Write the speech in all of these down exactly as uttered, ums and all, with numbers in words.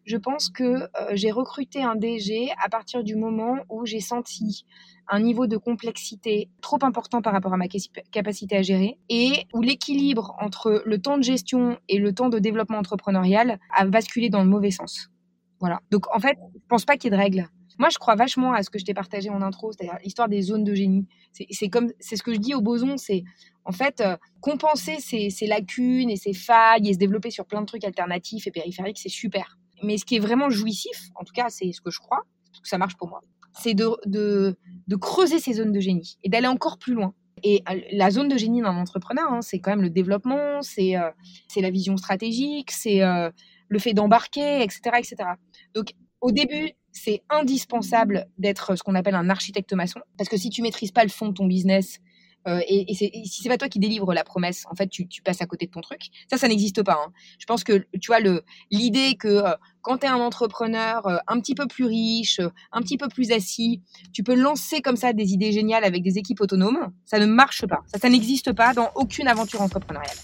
Je pense que euh, j'ai recruté un D G à partir du moment où j'ai senti un niveau de complexité trop important par rapport à ma capacité à gérer et où l'équilibre entre le temps de gestion et le temps de développement entrepreneurial a basculé dans le mauvais sens. Voilà. Donc, en fait, je pense pas qu'il y ait de règles. Moi, je crois vachement à ce que je t'ai partagé en intro, c'est-à-dire l'histoire des zones de génie. C'est, c'est comme, c'est ce que je dis au boson, c'est en fait euh, compenser ses, ses lacunes et ses failles et se développer sur plein de trucs alternatifs et périphériques, c'est super. Mais ce qui est vraiment jouissif, en tout cas, c'est ce que je crois, parce que ça marche pour moi, c'est de, de, de creuser ces zones de génie et d'aller encore plus loin. Et la zone de génie d'un entrepreneur, hein, c'est quand même le développement, c'est, euh, c'est la vision stratégique, c'est euh, le fait d'embarquer, et cetera, et cetera. Donc, au début, c'est indispensable d'être ce qu'on appelle un architecte maçon, parce que si tu maîtrises pas le fond de ton business, euh, et, et, c'est, et si c'est pas toi qui délivre la promesse, en fait, tu, tu passes à côté de ton truc. Ça, ça n'existe pas. Hein. Je pense que, tu vois, le, l'idée que euh, quand tu es un entrepreneur euh, un petit peu plus riche, euh, un petit peu plus assis, tu peux lancer comme ça des idées géniales avec des équipes autonomes, ça ne marche pas. Ça, ça n'existe pas dans aucune aventure entrepreneuriale.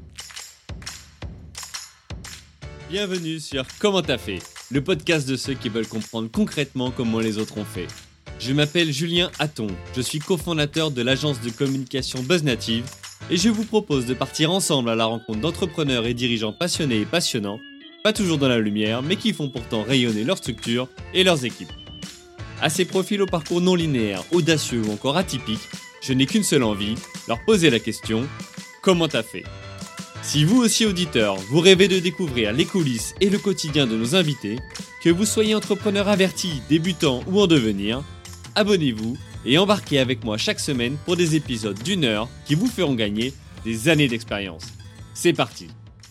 Bienvenue sur Comment t'as fait, le podcast de ceux qui veulent comprendre concrètement comment les autres ont fait. Je m'appelle Julien Hatton, je suis cofondateur de l'agence de communication BuzzNative et je vous propose de partir ensemble à la rencontre d'entrepreneurs et dirigeants passionnés et passionnants, pas toujours dans la lumière, mais qui font pourtant rayonner leur structure et leurs équipes. À ces profils au parcours non linéaire, audacieux ou encore atypiques, je n'ai qu'une seule envie, leur poser la question « Comment t'as fait ?» Si vous aussi auditeur, vous rêvez de découvrir les coulisses et le quotidien de nos invités, que vous soyez entrepreneur averti, débutant ou en devenir, abonnez-vous et embarquez avec moi chaque semaine pour des épisodes d'une heure qui vous feront gagner des années d'expérience. C'est parti.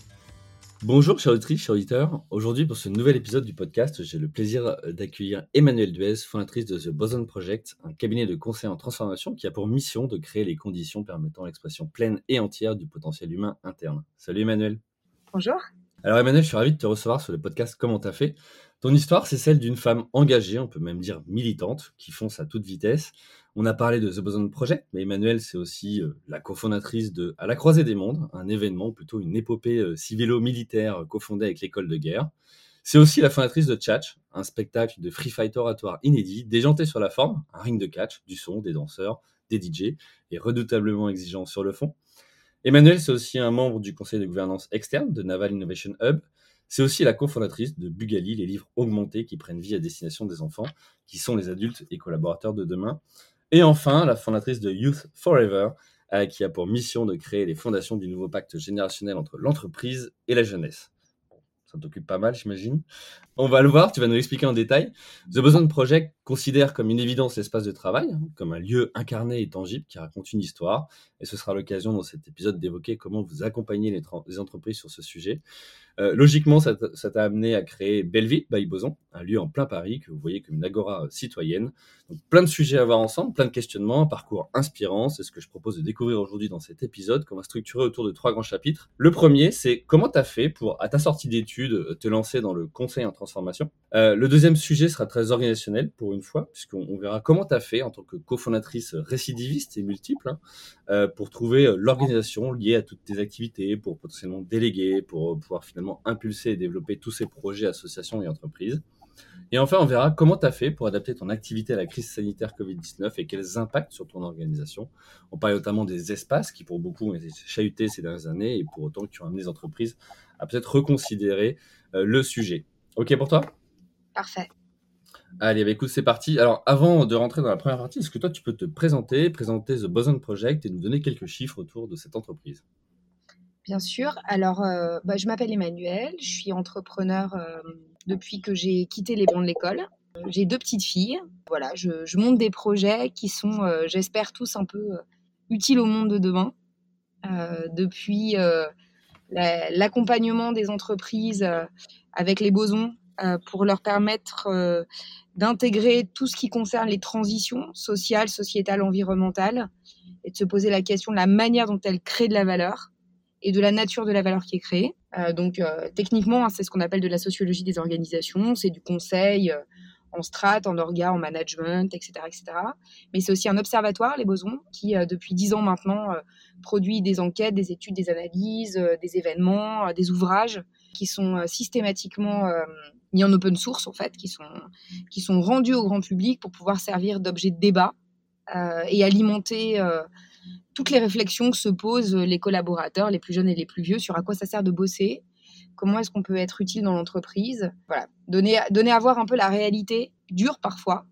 Bonjour chers auditrices, chers auditeurs. Aujourd'hui pour ce nouvel épisode du podcast, j'ai le plaisir d'accueillir Emmanuelle Duez, fondatrice de The Boson Project, un cabinet de conseil en transformation qui a pour mission de créer les conditions permettant l'expression pleine et entière du potentiel humain interne. Salut Emmanuelle. Bonjour. Alors Emmanuelle, je suis ravi de te recevoir sur le podcast Comment t'as fait. Ton histoire, c'est celle d'une femme engagée, on peut même dire militante, qui fonce à toute vitesse. On a parlé de The Boson Project, mais Emmanuelle, c'est aussi euh, la cofondatrice de À la croisée des mondes, un événement, ou plutôt une épopée euh, civilo-militaire euh, cofondée avec l'école de guerre. C'est aussi la fondatrice de Tchatch, un spectacle de free fight oratoire inédit, déjanté sur la forme, un ring de catch, du son, des danseurs, des D J, et redoutablement exigeant sur le fond. Emmanuelle, c'est aussi un membre du conseil de gouvernance externe de Naval Innovation Hub. C'est aussi la cofondatrice de Bugali, les livres augmentés qui prennent vie à destination des enfants, qui sont les adultes et collaborateurs de demain. Et enfin, la fondatrice de Youth Forever, euh, qui a pour mission de créer les fondations du nouveau pacte générationnel entre l'entreprise et la jeunesse. Ça t'occupe pas mal, j'imagine. On va le voir, tu vas nous l'expliquer en détail. The Boson Project considère comme une évidence l'espace de travail, hein, comme un lieu incarné et tangible qui raconte une histoire. Et ce sera l'occasion dans cet épisode d'évoquer comment vous accompagnez les, tra- les entreprises sur ce sujet. Euh, logiquement, ça, t- ça t'a amené à créer Belleville by Boson, un lieu en plein Paris que vous voyez comme une agora citoyenne. Donc, plein de sujets à voir ensemble, plein de questionnements, un parcours inspirant. C'est ce que je propose de découvrir aujourd'hui dans cet épisode qu'on va structurer autour de trois grands chapitres. Le premier, c'est comment t'as fait pour, à ta sortie d'études, te lancer dans le conseil en transformation. Euh, le deuxième sujet sera très organisationnel pour une fois, puisqu'on on verra comment t'as fait en tant que cofondatrice récidiviste et multiple, hein, euh, pour trouver euh, l'organisation liée à toutes tes activités, pour potentiellement déléguer, pour euh, pouvoir finalement impulser et développer tous ces projets, associations et entreprises. Et enfin, on verra comment tu as fait pour adapter ton activité à la crise sanitaire covid dix-neuf et quels impacts sur ton organisation. On parle notamment des espaces qui, pour beaucoup, ont été chahutés ces dernières années et pour autant qui ont amené les entreprises à peut-être reconsidérer euh, le sujet. OK pour toi ? Parfait. Allez, bah écoute, c'est parti. Alors, avant de rentrer dans la première partie, est-ce que toi, tu peux te présenter, présenter The Boson Project et nous donner quelques chiffres autour de cette entreprise ? Bien sûr. Alors, euh, bah, je m'appelle Emmanuelle, je suis entrepreneur euh, depuis que j'ai quitté les bancs de l'école. Euh, J'ai deux petites filles. Voilà, je, je monte des projets qui sont, euh, j'espère, tous un peu euh, utiles au monde de demain. Euh, depuis euh, la- l'accompagnement des entreprises euh, avec les bosons euh, pour leur permettre euh, d'intégrer tout ce qui concerne les transitions sociales, sociétales, environnementales et de se poser la question de la manière dont elles créent de la valeur et de la nature de la valeur qui est créée. Euh, donc, euh, techniquement, hein, c'est ce qu'on appelle de la sociologie des organisations. C'est du conseil euh, en strat, en orga, en management, et cetera, et cetera. Mais c'est aussi un observatoire, les bosons, qui, euh, depuis dix ans maintenant, euh, produit des enquêtes, des études, des analyses, euh, des événements, euh, des ouvrages qui sont euh, systématiquement euh, mis en open source, en fait, qui sont, qui sont rendus au grand public pour pouvoir servir d'objet de débat euh, et alimenter euh, toutes les réflexions que se posent les collaborateurs, les plus jeunes et les plus vieux, sur à quoi ça sert de bosser, comment est-ce qu'on peut être utile dans l'entreprise. Voilà, donner, donner à voir un peu la réalité, dure parfois,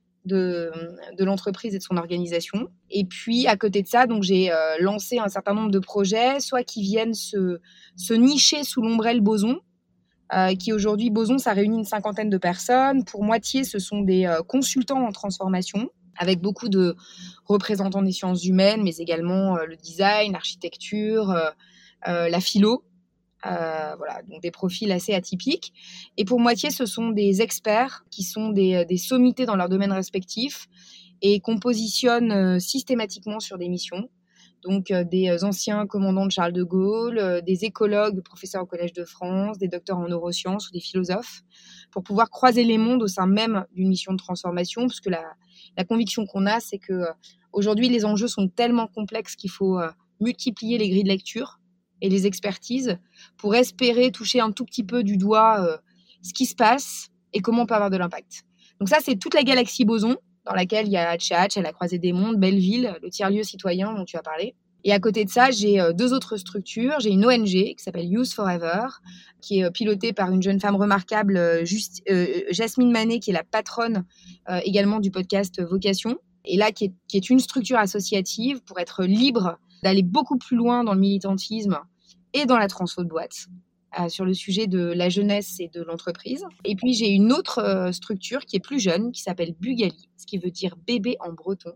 de, de l'entreprise et de son organisation. Et puis, à côté de ça, donc, j'ai euh, lancé un certain nombre de projets, soit qui viennent se, se nicher sous l'ombrelle Boson, euh, qui aujourd'hui, Boson, ça réunit une cinquantaine de personnes. Pour moitié, ce sont des euh, consultants en transformation, avec beaucoup de représentants des sciences humaines, mais également euh, le design, l'architecture, euh, euh, la philo. Euh, voilà, donc des profils assez atypiques. Et pour moitié, ce sont des experts qui sont des, des sommités dans leurs domaines respectifs et qu'on positionne euh, systématiquement sur des missions. Donc euh, des anciens commandants de Charles de Gaulle, euh, des écologues, professeurs au Collège de France, des docteurs en neurosciences ou des philosophes, pour pouvoir croiser les mondes au sein même d'une mission de transformation, parce que la, la conviction qu'on a, c'est que euh, aujourd'hui, les enjeux sont tellement complexes qu'il faut euh, multiplier les grilles de lecture et les expertises pour espérer toucher un tout petit peu du doigt euh, ce qui se passe et comment on peut avoir de l'impact. Donc ça, c'est toute la galaxie Boson, dans laquelle il y a Hatch, à la croisée des mondes, Belleville, le tiers-lieu citoyen dont tu as parlé. Et à côté de ça, j'ai euh, deux autres structures. J'ai une O N G qui s'appelle Youth Forever, qui est euh, pilotée par une jeune femme remarquable, euh, Just, euh, Jasmine Manet, qui est la patronne euh, également du podcast Vocation. Et là, qui est, qui est une structure associative pour être libre d'aller beaucoup plus loin dans le militantisme et dans la transfo de boîte euh, sur le sujet de la jeunesse et de l'entreprise. Et puis, j'ai une autre euh, structure qui est plus jeune, qui s'appelle Bugali, ce qui veut dire bébé en breton.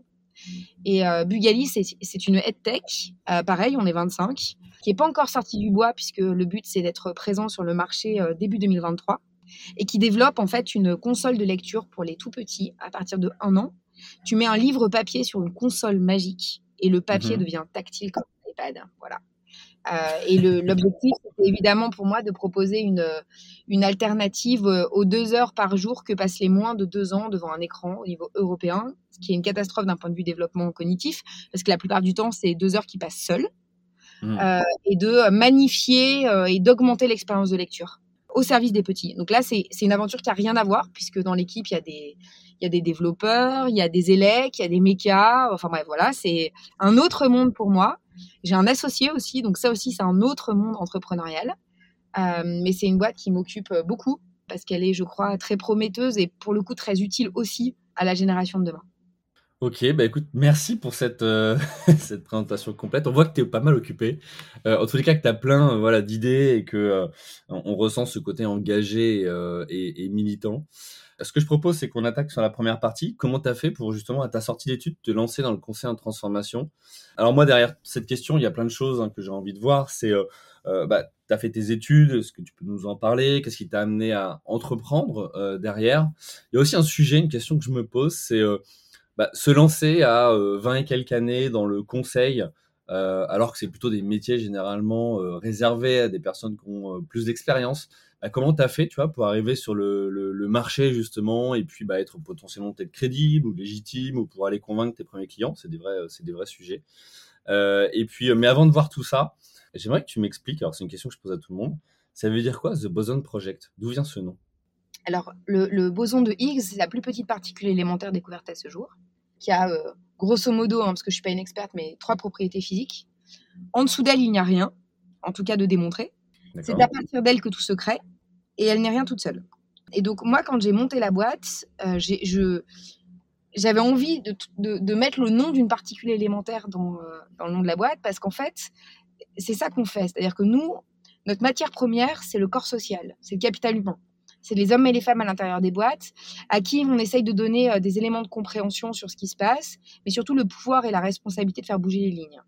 Et euh, Bugali, c'est, c'est une EdTech, euh, pareil, on est vingt-cinq, qui n'est pas encore sortie du bois, puisque le but, c'est d'être présent sur le marché euh, début deux mille vingt-trois, et qui développe en fait une console de lecture pour les tout petits, à partir de un an. Tu mets un livre papier sur une console magique, et le papier mmh. devient tactile comme un iPad, voilà. Euh, et le, l'objectif, c'est évidemment pour moi de proposer une, une alternative aux deux heures par jour que passent les moins de deux ans devant un écran au niveau européen, ce qui est une catastrophe d'un point de vue développement cognitif, parce que la plupart du temps, c'est deux heures qui passent seules, mmh. euh, et de magnifier euh, et d'augmenter l'expérience de lecture au service des petits. Donc là, c'est, c'est une aventure qui n'a rien à voir, puisque dans l'équipe, il y a des, il y a des développeurs, il y a des élèves, il y a des mécas, enfin bref, voilà, c'est un autre monde pour moi. J'ai un associé aussi, donc ça aussi, c'est un autre monde entrepreneurial. Euh, mais c'est une boîte qui m'occupe beaucoup, parce qu'elle est, je crois, très prometteuse et pour le coup, très utile aussi à la génération de demain. Ok, bah écoute, merci pour cette, euh, cette présentation complète. On voit que tu es pas mal occupé. Euh, en tous les cas, que tu as plein euh, voilà, d'idées et que euh, on ressent ce côté engagé euh, et, et militant. Ce que je propose, c'est qu'on attaque sur la première partie. Comment tu as fait pour justement, à ta sortie d'études, te lancer dans le conseil en transformation? Alors moi, derrière cette question, il y a plein de choses hein, que j'ai envie de voir. C'est, euh, euh, bah, tu as fait tes études, est-ce que tu peux nous en parler? Qu'est-ce qui t'a amené à entreprendre euh, derrière? Il y a aussi un sujet, une question que je me pose, c'est... Euh, Bah, se lancer à euh, vingt et quelques années dans le conseil, euh, alors que c'est plutôt des métiers généralement euh, réservés à des personnes qui ont euh, plus d'expérience. Bah, comment tu as fait, tu vois, pour arriver sur le, le, le marché justement et puis bah, être potentiellement peut-être crédible ou légitime ou pour aller convaincre tes premiers clients? C'est des vrais, c'est des vrais sujets. Euh, et puis, mais avant de voir tout ça, j'aimerais que tu m'expliques. Alors c'est une question que je pose à tout le monde. Ça veut dire quoi, The Boson Project? D'où vient ce nom? Alors, le, le boson de Higgs, c'est la plus petite particule élémentaire découverte à ce jour, qui a, euh, grosso modo, hein, parce que je ne suis pas une experte, mais trois propriétés physiques. En dessous d'elle, il n'y a rien, en tout cas de démontrer. D'accord. C'est à partir d'elle que tout se crée, et elle n'est rien toute seule. Et donc, moi, quand j'ai monté la boîte, euh, j'ai, je, j'avais envie de, de, de mettre le nom d'une particule élémentaire dans, euh, dans le nom de la boîte, parce qu'en fait, c'est ça qu'on fait. C'est-à-dire que nous, notre matière première, c'est le corps social, c'est le capital humain. C'est les hommes et les femmes à l'intérieur des boîtes, à qui on essaye de donner des éléments de compréhension sur ce qui se passe, mais surtout le pouvoir et la responsabilité de faire bouger les lignes.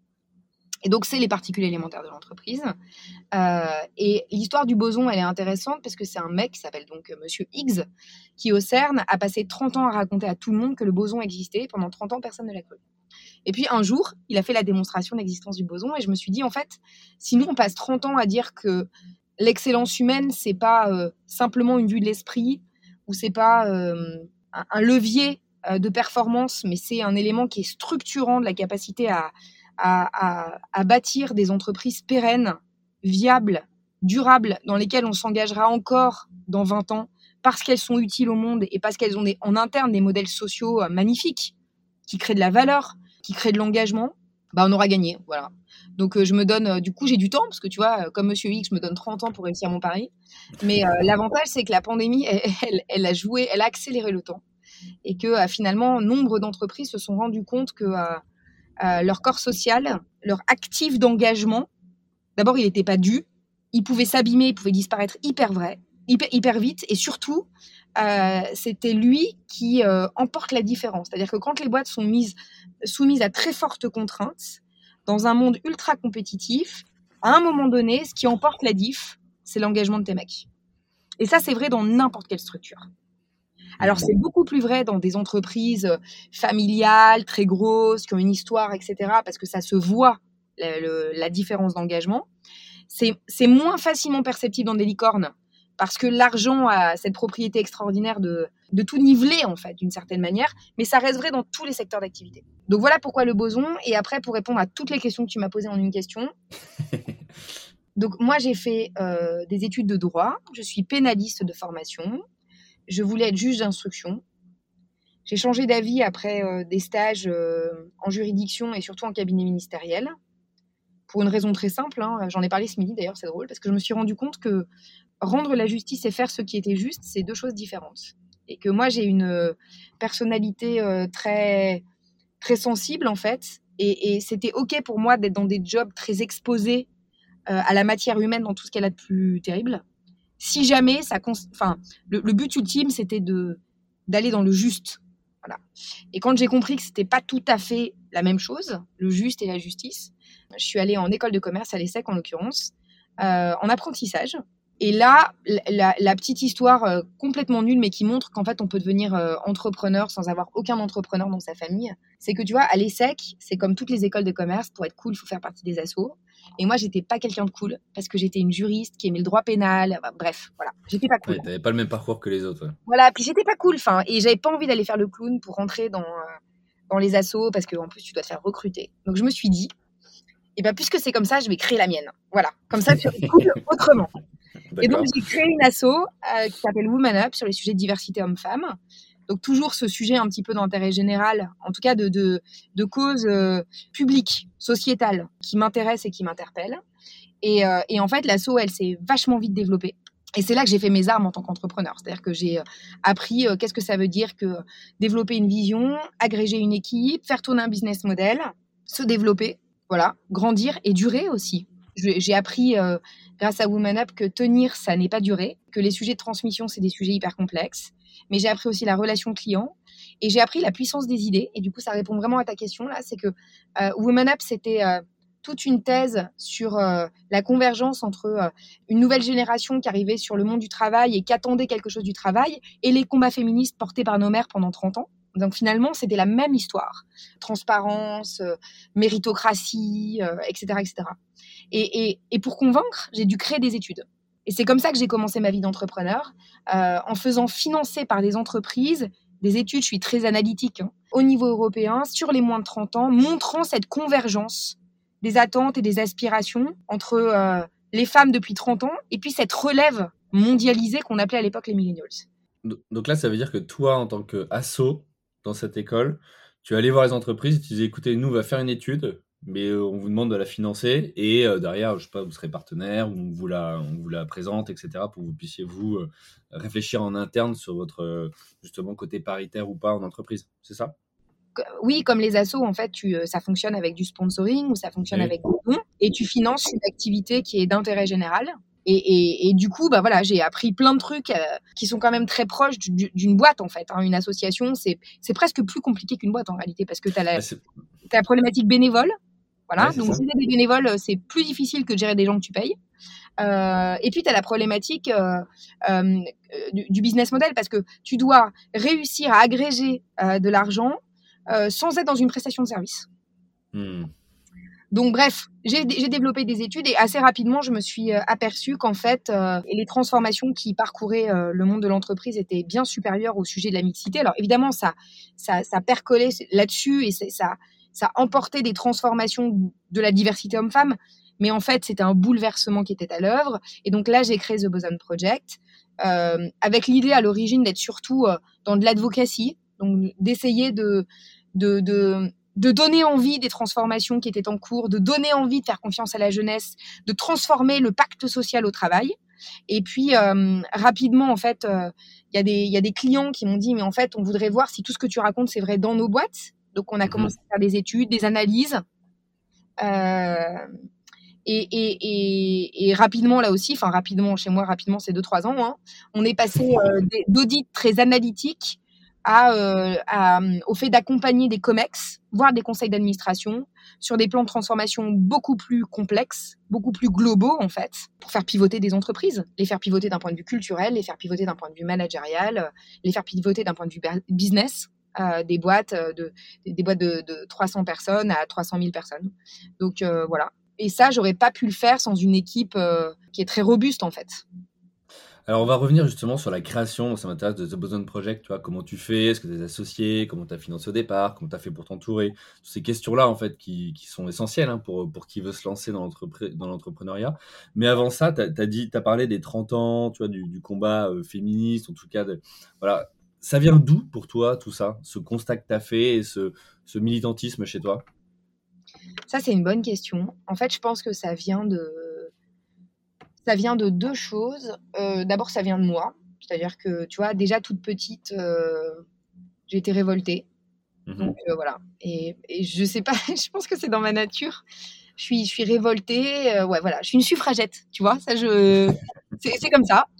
Et donc, c'est les particules élémentaires de l'entreprise. Euh, et l'histoire du boson, elle est intéressante parce que c'est un mec qui s'appelle donc Monsieur Higgs, qui au CERN a passé trente ans à raconter à tout le monde que le boson existait. Pendant trente ans, personne ne l'a cru. Et puis un jour, il a fait la démonstration de l'existence du boson et je me suis dit, en fait, si nous, on passe trente ans à dire que l'excellence humaine, c'est pas euh, simplement une vue de l'esprit ou c'est pas euh, un, un levier euh, de performance, mais c'est un élément qui est structurant de la capacité à, à, à, à bâtir des entreprises pérennes, viables durables dans lesquelles on s'engagera encore dans vingt ans parce qu'elles sont utiles au monde et parce qu'elles ont des, en interne des modèles sociaux euh, magnifiques qui créent de la valeur, qui créent de l'engagement, bah on aura gagné. Voilà. Donc euh, je me donne, euh, du coup j'ai du temps parce que tu vois, euh, comme Monsieur X, je me donne trente ans pour réussir mon pari. Mais euh, l'avantage c'est que la pandémie, elle, elle, elle a joué, elle a accéléré le temps et que euh, finalement nombre d'entreprises se sont rendues compte que euh, euh, leur corps social, leur actif d'engagement, d'abord il n'était pas dû, il pouvait s'abîmer, il pouvait disparaître hyper vrai, hyper, hyper vite et surtout euh, c'était lui qui euh, emporte la différence. C'est-à-dire que quand les boîtes sont mises, soumises à très fortes contraintes, dans un monde ultra compétitif, à un moment donné, ce qui emporte la diff, c'est l'engagement de tes mecs. Et ça, c'est vrai dans n'importe quelle structure. Alors, c'est beaucoup plus vrai dans des entreprises familiales, très grosses, qui ont une histoire, et cetera, parce que ça se voit, le, le, la différence d'engagement. C'est, c'est moins facilement perceptible dans des licornes, parce que l'argent a cette propriété extraordinaire de, de tout niveler, en fait, d'une certaine manière, mais ça reste vrai dans tous les secteurs d'activité. Donc voilà pourquoi le boson, et après, pour répondre à toutes les questions que tu m'as posées en une question. Donc moi, j'ai fait euh, des études de droit, je suis pénaliste de formation, je voulais être juge d'instruction. J'ai changé d'avis après euh, des stages euh, en juridiction et surtout en cabinet ministériel, pour une raison très simple, hein, j'en ai parlé ce midi d'ailleurs, c'est drôle, parce que je me suis rendu compte que rendre la justice et faire ce qui était juste, c'est deux choses différentes. Et que moi, j'ai une personnalité euh, très, très sensible, en fait, et, et c'était OK pour moi d'être dans des jobs très exposés euh, à la matière humaine dans tout ce qu'elle a de plus terrible. Si jamais, ça, cons- enfin, le, le but ultime, c'était de, d'aller dans le juste. Voilà. Et quand j'ai compris que c'était pas tout à fait la même chose, le juste et la justice, je suis allée en école de commerce, à l'ESSEC en l'occurrence, euh, en apprentissage. Et là, la, la petite histoire euh, complètement nulle, mais qui montre qu'en fait, on peut devenir euh, entrepreneur sans avoir aucun entrepreneur dans sa famille, c'est que tu vois, à l'ESSEC, c'est comme toutes les écoles de commerce, pour être cool, il faut faire partie des assos. Et moi, j'étais pas quelqu'un de cool, parce que j'étais une juriste qui aimait le droit pénal. Bah, bref, voilà, j'étais pas cool. Ouais, t'avais pas le même parcours que les autres. Ouais. Voilà, puis j'étais pas cool, enfin, et j'avais pas envie d'aller faire le clown pour rentrer dans, euh, dans les assos, parce qu'en plus, tu dois te faire recruter. Donc, je me suis dit, et ben puisque c'est comme ça, je vais créer la mienne. Voilà, comme ça, tu cool autrement. D'accord. Et donc, j'ai créé une asso euh, qui s'appelle Woman Up sur les sujets de diversité homme-femme. Donc, toujours ce sujet un petit peu d'intérêt général, en tout cas de, de, de causes euh, publiques, sociétales, qui m'intéressent et qui m'interpellent. Et, euh, et en fait, l'asso, elle s'est vachement vite développée. Et c'est là que j'ai fait mes armes en tant qu'entrepreneur. C'est-à-dire que j'ai appris euh, qu'est-ce que ça veut dire que développer une vision, agréger une équipe, faire tourner un business model, se développer, voilà, grandir et durer aussi. J'ai appris, euh, grâce à Woman Up, que tenir, ça n'est pas durer, que les sujets de transmission, c'est des sujets hyper complexes. Mais j'ai appris aussi la relation client et j'ai appris la puissance des idées. Et du coup, ça répond vraiment à ta question là. C'est que euh, Woman Up, c'était euh, toute une thèse sur euh, la convergence entre euh, une nouvelle génération qui arrivait sur le monde du travail et qui attendait quelque chose du travail et les combats féministes portés par nos mères pendant trente ans. Donc finalement, c'était la même histoire. Transparence, euh, méritocratie, euh, et cetera, et cetera. Et, et, et pour convaincre, j'ai dû créer des études. Et c'est comme ça que j'ai commencé ma vie d'entrepreneur, euh, en faisant financer par des entreprises des études, je suis très analytique, hein, au niveau européen, sur les moins de trente ans, montrant cette convergence des attentes et des aspirations entre euh, les femmes depuis trente ans et puis cette relève mondialisée qu'on appelait à l'époque les millennials. Donc là, ça veut dire que toi, en tant qu'asso dans cette école, tu allais voir les entreprises, tu disais, écoutez, nous, on va faire une étude, mais on vous demande de la financer, et euh, derrière, je sais pas, vous serez partenaire, on vous la, on vous la présente, et cetera, pour que vous puissiez vous euh, réfléchir en interne sur votre, euh, justement, côté paritaire ou pas en entreprise. C'est ça ? Oui, comme les assos, en fait, tu, ça fonctionne avec du sponsoring ou ça fonctionne oui. avec des dons, et tu finances une activité qui est d'intérêt général. Et, et, et du coup, bah voilà, j'ai appris plein de trucs euh, qui sont quand même très proches du, d'une boîte, en fait. Hein. Une association, c'est, c'est presque plus compliqué qu'une boîte, en réalité, parce que tu as la, t'as la problématique bénévole. Voilà, ouais, donc gérer des bénévoles, c'est plus difficile que de gérer des gens que tu payes. Euh, et puis, tu as la problématique euh, euh, du, du business model, parce que tu dois réussir à agréger euh, de l'argent euh, sans être dans une prestation de service. Hmm. Donc bref, j'ai, j'ai développé des études et assez rapidement, je me suis euh, aperçue qu'en fait, euh, les transformations qui parcouraient euh, le monde de l'entreprise étaient bien supérieures au sujet de la mixité. Alors évidemment, ça, ça, ça percolait là-dessus et ça, ça emportait des transformations de la diversité homme-femme. Mais en fait, c'était un bouleversement qui était à l'œuvre. Et donc là, j'ai créé The Boson Project, euh, avec l'idée à l'origine d'être surtout euh, dans de l'advocacy, donc d'essayer de, de, de, de donner envie des transformations qui étaient en cours, de donner envie de faire confiance à la jeunesse, de transformer le pacte social au travail. Et puis, euh, rapidement, en fait, il euh, y, y a des clients qui m'ont dit, mais en fait, on voudrait voir si tout ce que tu racontes, c'est vrai dans nos boîtes. Donc, on a mmh. commencé à faire des études, des analyses. Euh, et, et, et, et rapidement, là aussi, enfin, rapidement, chez moi, rapidement, c'est deux trois ans, hein, on est passé euh, des, d'audits très analytiques à, euh, à, au fait d'accompagner des COMEX, voire des conseils d'administration, sur des plans de transformation beaucoup plus complexes, beaucoup plus globaux, en fait, pour faire pivoter des entreprises, les faire pivoter d'un point de vue culturel, les faire pivoter d'un point de vue managérial, les faire pivoter d'un point de vue business, euh, des boîtes, de, des boîtes de, de trois cents personnes à trois cent mille personnes. Donc, euh, voilà. Et ça, j'aurais pas pu le faire sans une équipe euh, qui est très robuste, en fait. Alors, on va revenir justement sur la création, ça m'intéresse, de The Boson Project, tu vois, comment tu fais, est-ce que tu es associé, comment tu as financé au départ, comment tu as fait pour t'entourer, ces questions-là, en fait, qui, qui sont essentielles hein, pour, pour qui veut se lancer dans, l'entrepre- dans l'entrepreneuriat. Mais avant ça, tu as dit, tu as parlé des trente ans, tu vois, du, du combat euh, féministe, en tout cas, de, voilà. Ça vient d'où pour toi, tout ça, ce constat que tu as fait et ce, ce militantisme chez toi? Ça, c'est une bonne question. En fait, je pense que ça vient de... Ça vient de deux choses. Euh, d'abord, ça vient de moi. C'est-à-dire que, tu vois, déjà toute petite, euh, j'ai été révoltée. Mmh. Donc, euh, voilà. Et, et je sais pas, je pense que c'est dans ma nature. Je suis, je suis révoltée. Euh, ouais, voilà. Je suis une suffragette, tu vois. Ça, je... c'est, c'est comme ça.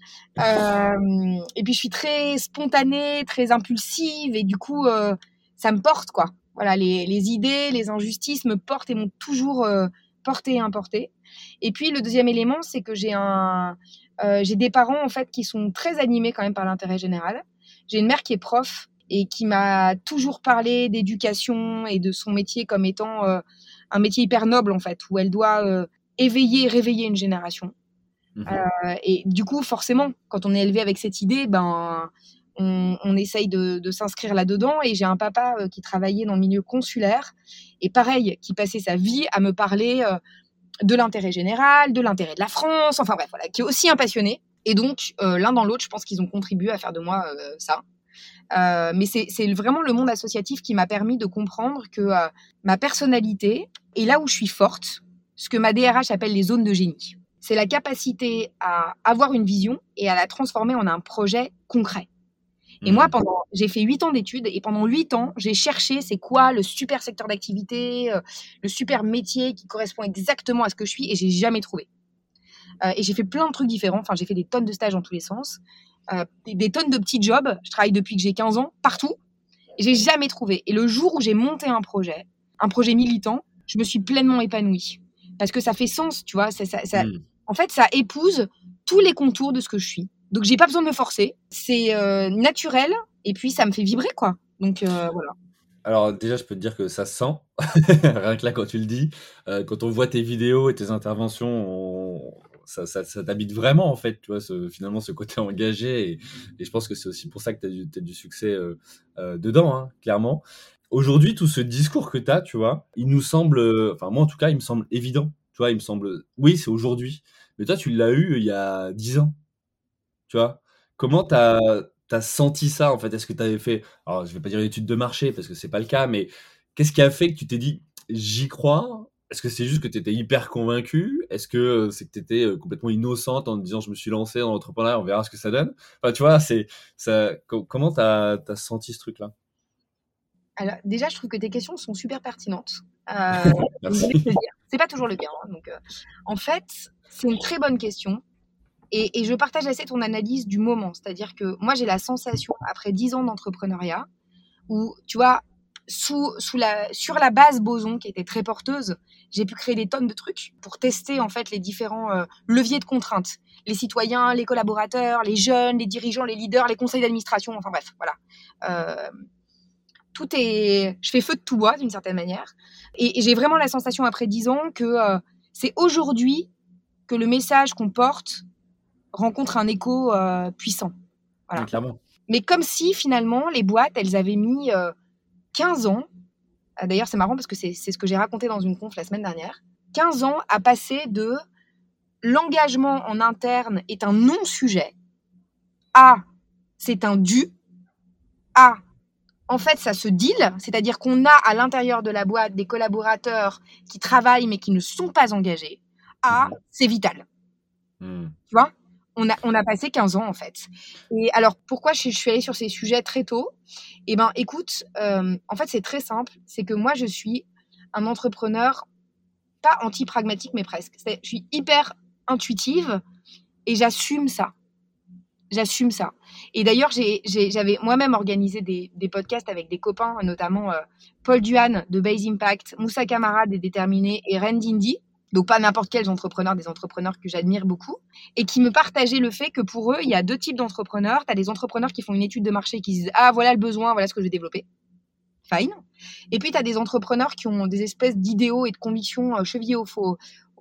Euh, et puis, je suis très spontanée, très impulsive. Et du coup, euh, ça me porte, quoi. Voilà, les, les idées, les injustices me portent et m'ont toujours... Euh, porté et importé. Et puis le deuxième élément, c'est que j'ai un, euh, j'ai des parents en fait qui sont très animés quand même par l'intérêt général. J'ai une mère qui est prof et qui m'a toujours parlé d'éducation et de son métier comme étant euh, un métier hyper noble en fait, où elle doit euh, éveiller, réveiller une génération. Mmh. Euh, et du coup, forcément, quand on est élevé avec cette idée, ben On, on essaye de, de s'inscrire là-dedans. Et j'ai un papa euh, qui travaillait dans le milieu consulaire et pareil, qui passait sa vie à me parler euh, de l'intérêt général, de l'intérêt de la France, enfin bref, voilà, qui est aussi un passionné. Et donc, euh, l'un dans l'autre, je pense qu'ils ont contribué à faire de moi euh, ça. Euh, mais c'est, c'est vraiment le monde associatif qui m'a permis de comprendre que euh, ma personnalité est là où je suis forte, ce que ma D R H appelle les zones de génie. C'est la capacité à avoir une vision et à la transformer en un projet concret. Et mmh. moi, pendant, j'ai fait huit ans d'études et pendant huit ans, j'ai cherché c'est quoi le super secteur d'activité, euh, le super métier qui correspond exactement à ce que je suis et j'ai jamais trouvé. Euh, et j'ai fait plein de trucs différents. Enfin, j'ai fait des tonnes de stages dans tous les sens, euh, des, des tonnes de petits jobs. Je travaille depuis que j'ai quinze ans, partout. Et j'ai jamais trouvé. Et le jour où j'ai monté un projet, un projet militant, je me suis pleinement épanouie. Parce que ça fait sens, tu vois. Ça, ça, ça, mmh. En fait, ça épouse tous les contours de ce que je suis. Donc, j'ai pas besoin de me forcer. C'est euh, naturel. Et puis, ça me fait vibrer, quoi. Donc, euh, voilà. Alors, déjà, je peux te dire que ça se sent. Rien que là, quand tu le dis. Euh, quand on voit tes vidéos et tes interventions, on... ça, ça, ça t'habite vraiment, en fait. Tu vois, ce, finalement, ce côté engagé. Et, et je pense que c'est aussi pour ça que tu as du, t'as du succès euh, euh, dedans, hein, clairement. Aujourd'hui, tout ce discours que tu as, tu vois, il nous semble... Enfin, moi, en tout cas, il me semble évident. Tu vois, il me semble... Oui, c'est aujourd'hui. Mais toi, tu l'as eu il y a dix ans. Tu vois, comment tu as senti ça, en fait? Est-ce que tu avais fait, alors je vais pas dire une étude de marché parce que c'est pas le cas, mais qu'est-ce qui a fait que tu t'es dit: «J'y crois»? Est-ce que c'est juste que tu étais hyper convaincue? Est-ce que c'est que tu étais complètement innocente en te disant: «Je me suis lancée dans l'entrepreneuriat, on verra ce que ça donne»? Enfin, tu vois, c'est ça, co comment tu as tu as senti ce truc-là? Alors déjà, je trouve que tes questions sont super pertinentes. Euh, Merci. C'est pas toujours le cas, hein, donc, euh, en fait, c'est une très bonne question. Et, et je partage assez ton analyse du moment. C'est-à-dire que moi, j'ai la sensation, après dix ans d'entrepreneuriat, où, tu vois, sous, sous la, sur la base Boson, qui était très porteuse, j'ai pu créer des tonnes de trucs pour tester, en fait, les différents euh, leviers de contraintes. Les citoyens, les collaborateurs, les jeunes, les dirigeants, les leaders, les conseils d'administration, enfin bref, voilà. Euh, tout est... Je fais feu de tout bois, d'une certaine manière. Et, et j'ai vraiment la sensation, après dix ans, que euh, c'est aujourd'hui que le message qu'on porte rencontre un écho euh, puissant. Voilà. Oui, clairement. Mais comme si, finalement, les boîtes, elles avaient mis euh, quinze ans. D'ailleurs, c'est marrant parce que c'est, c'est ce que j'ai raconté dans une conf la semaine dernière. quinze ans à passer de l'engagement en interne est un non-sujet à c'est un dû à en fait ça se deal, c'est-à-dire qu'on a à l'intérieur de la boîte des collaborateurs qui travaillent mais qui ne sont pas engagés à Mhm. c'est vital. Mm. Tu vois, on a, on a passé quinze ans en fait. Et alors pourquoi je, je suis allée sur ces sujets très tôt? Eh ben écoute, euh, en fait c'est très simple, c'est que moi je suis un entrepreneur pas anti-pragmatique mais presque. C'est, je suis hyper intuitive et j'assume ça. J'assume ça. Et d'ailleurs, j'ai, j'ai, j'avais moi-même organisé des, des podcasts avec des copains, notamment euh, Paul Duhan de Base Impact, Moussa Camara des Déterminés et Ren Dindi. Donc pas n'importe quels entrepreneurs, des entrepreneurs que j'admire beaucoup, et qui me partageaient le fait que pour eux, il y a deux types d'entrepreneurs. Tu as des entrepreneurs qui font une étude de marché, qui disent « Ah, voilà le besoin, voilà ce que je vais développer. » Fine. Et puis, tu as des entrepreneurs qui ont des espèces d'idéaux et de convictions euh, chevillées au, faux,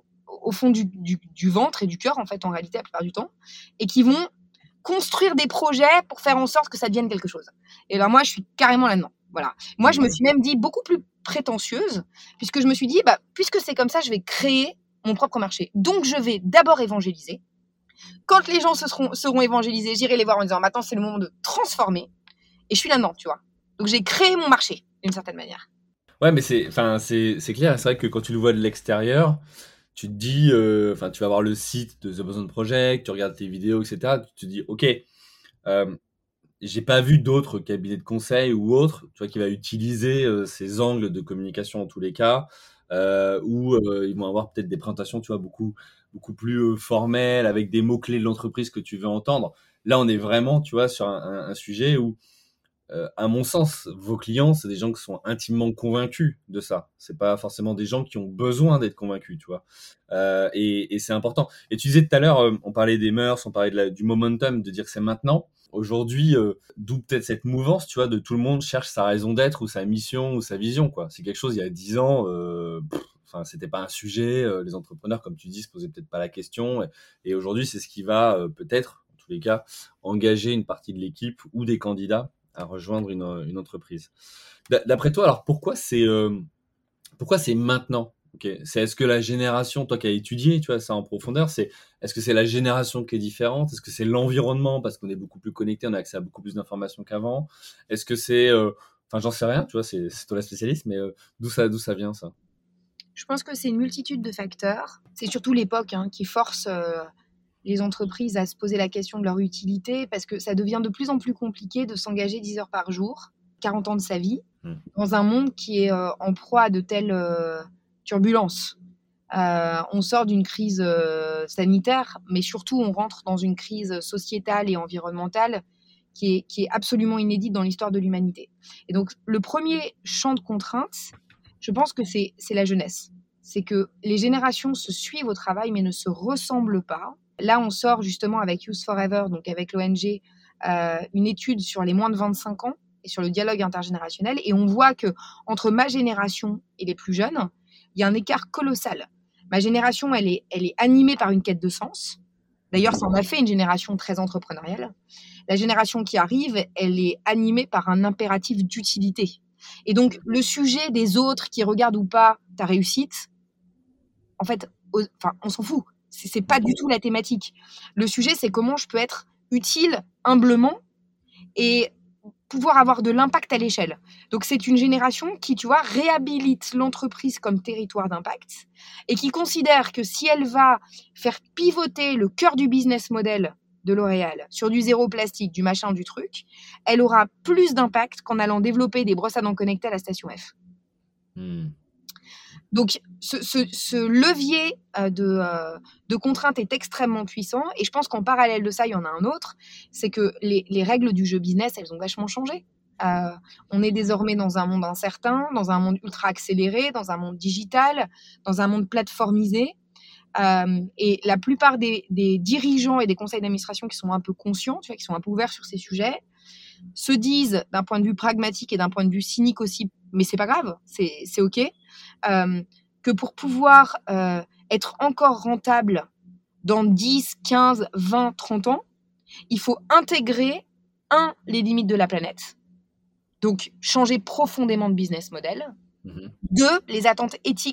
au fond du, du, du ventre et du cœur, en fait, en réalité, la plupart du temps, et qui vont construire des projets pour faire en sorte que ça devienne quelque chose. Et ben moi, je suis carrément là-dedans. Voilà. Moi, je me suis même dit beaucoup plus prétentieuse, puisque je me suis dit, bah, puisque c'est comme ça, je vais créer mon propre marché. Donc, je vais d'abord évangéliser. Quand les gens se seront, seront évangélisés, j'irai les voir en disant, maintenant, c'est le moment de transformer. Et je suis là-dedans, tu vois. Donc, j'ai créé mon marché, d'une certaine manière. Ouais, mais c'est, enfin, c'est, c'est clair. C'est vrai que quand tu le vois de l'extérieur, tu te dis, euh, enfin, tu vas voir le site de The Boson Project, tu regardes tes vidéos, et cetera. Tu te dis, ok, euh, j'ai pas vu d'autres cabinets de conseil ou autres, tu vois, qui va utiliser euh, ces angles de communication en tous les cas, euh, où euh, ils vont avoir peut-être des présentations, tu vois, beaucoup, beaucoup plus euh, formelles, avec des mots-clés de l'entreprise que tu veux entendre. Là, on est vraiment, tu vois, sur un, un, un sujet où, euh, à mon sens, vos clients, c'est des gens qui sont intimement convaincus de ça. C'est pas forcément des gens qui ont besoin d'être convaincus, tu vois. Euh, et, et c'est important. Et tu disais tout à l'heure, euh, on parlait des mœurs, on parlait de la, du momentum, de dire que c'est maintenant. Aujourd'hui, euh, d'où peut-être cette mouvance, tu vois, de tout le monde cherche sa raison d'être ou sa mission ou sa vision, quoi. C'est quelque chose, il y a dix ans, euh, pff, enfin, c'était pas un sujet. euh, les entrepreneurs, comme tu dis, se posaient peut-être pas la question. Et, et aujourd'hui, c'est ce qui va euh, peut-être, en tous les cas, engager une partie de l'équipe ou des candidats à rejoindre une, une entreprise. D'après toi, alors pourquoi c'est euh, pourquoi c'est maintenant? Okay. C'est est-ce que la génération, toi qui as étudié, tu vois ça en profondeur, c'est est-ce que c'est la génération qui est différente? Est-ce que c'est l'environnement parce qu'on est beaucoup plus connecté, on a accès à beaucoup plus d'informations qu'avant? Est-ce que c'est, euh, enfin j'en sais rien, tu vois, c'est, c'est toi la spécialiste, mais euh, d'où ça, d'où ça vient ça? Je pense que c'est une multitude de facteurs. C'est surtout l'époque hein, qui force euh, les entreprises à se poser la question de leur utilité parce que ça devient de plus en plus compliqué de s'engager dix heures par jour, quarante ans de sa vie, mmh. dans un monde qui est euh, en proie à de telles euh, turbulences. Euh, on sort d'une crise euh, sanitaire, mais surtout on rentre dans une crise sociétale et environnementale qui est, qui est absolument inédite dans l'histoire de l'humanité. Et donc le premier champ de contraintes, je pense que c'est, c'est la jeunesse. C'est que les générations se suivent au travail mais ne se ressemblent pas. Là, on sort justement avec Youth Forever, donc avec l'O N G, euh, une étude sur les moins de vingt-cinq ans et sur le dialogue intergénérationnel. Et on voit que entre ma génération et les plus jeunes, il y a un écart colossal. Ma génération, elle est, elle est animée par une quête de sens. D'ailleurs, ça en a fait une génération très entrepreneuriale. La génération qui arrive, elle est animée par un impératif d'utilité. Et donc, le sujet des autres qui regardent ou pas ta réussite, en fait, enfin, on s'en fout. C'est, c'est pas du tout la thématique. Le sujet, c'est comment je peux être utile humblement et pouvoir avoir de l'impact à l'échelle. Donc, c'est une génération qui, tu vois, réhabilite l'entreprise comme territoire d'impact et qui considère que si elle va faire pivoter le cœur du business model de L'Oréal sur du zéro plastique, du machin, du truc, elle aura plus d'impact qu'en allant développer des brosses à dents connectées à la station F. Mmh. Donc, ce, ce, ce levier euh, de, euh, de contrainte est extrêmement puissant. Et je pense qu'en parallèle de ça, il y en a un autre. C'est que les, les règles du jeu business, elles ont vachement changé. Euh, on est désormais dans un monde incertain, dans un monde ultra accéléré, dans un monde digital, dans un monde plateformisé. Euh, et la plupart des, des dirigeants et des conseils d'administration qui sont un peu conscients, tu vois, qui sont un peu ouverts sur ces sujets, se disent d'un point de vue pragmatique et d'un point de vue cynique aussi, mais c'est pas grave, c'est, c'est ok, euh, que pour pouvoir euh, être encore rentable dans dix, quinze, vingt, trente ans, il faut intégrer, un, les limites de la planète, donc changer profondément de business model, mmh. deux, les attentes éthiques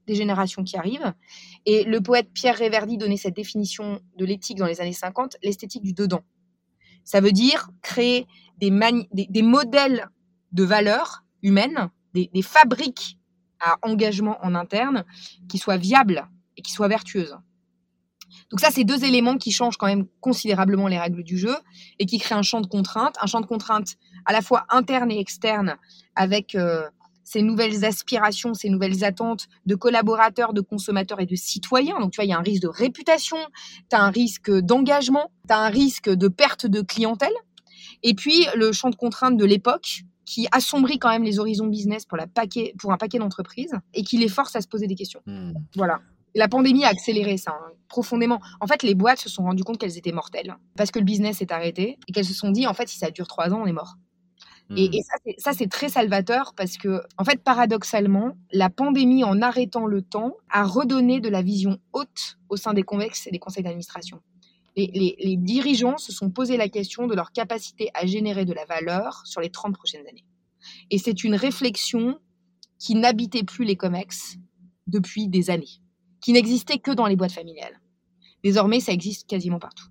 des générations qui arrivent. Et le poète Pierre Réverdy donnait cette définition de l'éthique dans les années cinquante, l'esthétique du dedans. Ça veut dire créer des, mani- des, des modèles de valeurs humaines, des, des fabriques à engagement en interne qui soient viables et qui soient vertueuses. Donc ça, c'est deux éléments qui changent quand même considérablement les règles du jeu et qui créent un champ de contraintes, un champ de contraintes à la fois interne et externe avec euh, ces nouvelles aspirations, ces nouvelles attentes de collaborateurs, de consommateurs et de citoyens. Donc tu vois, il y a un risque de réputation, tu as un risque d'engagement, tu as un risque de perte de clientèle. Et puis le champ de contraintes de l'époque qui assombrit quand même les horizons business pour, la paquet, pour un paquet d'entreprises et qui les force à se poser des questions. Mmh. Voilà. La pandémie a accéléré ça, hein, profondément. En fait, les boîtes se sont rendues compte qu'elles étaient mortelles parce que le business est arrêté et qu'elles se sont dit, en fait, si ça dure trois ans, on est mort. Mmh. Et, et ça, c'est, ça, c'est très salvateur parce que, en fait, paradoxalement, la pandémie, en arrêtant le temps, a redonné de la vision haute au sein des convex et des conseils d'administration. Les, les, les dirigeants se sont posé la question de leur capacité à générer de la valeur sur les trente prochaines années. Et c'est une réflexion qui n'habitait plus les comex depuis des années, qui n'existait que dans les boîtes familiales. Désormais, ça existe quasiment partout.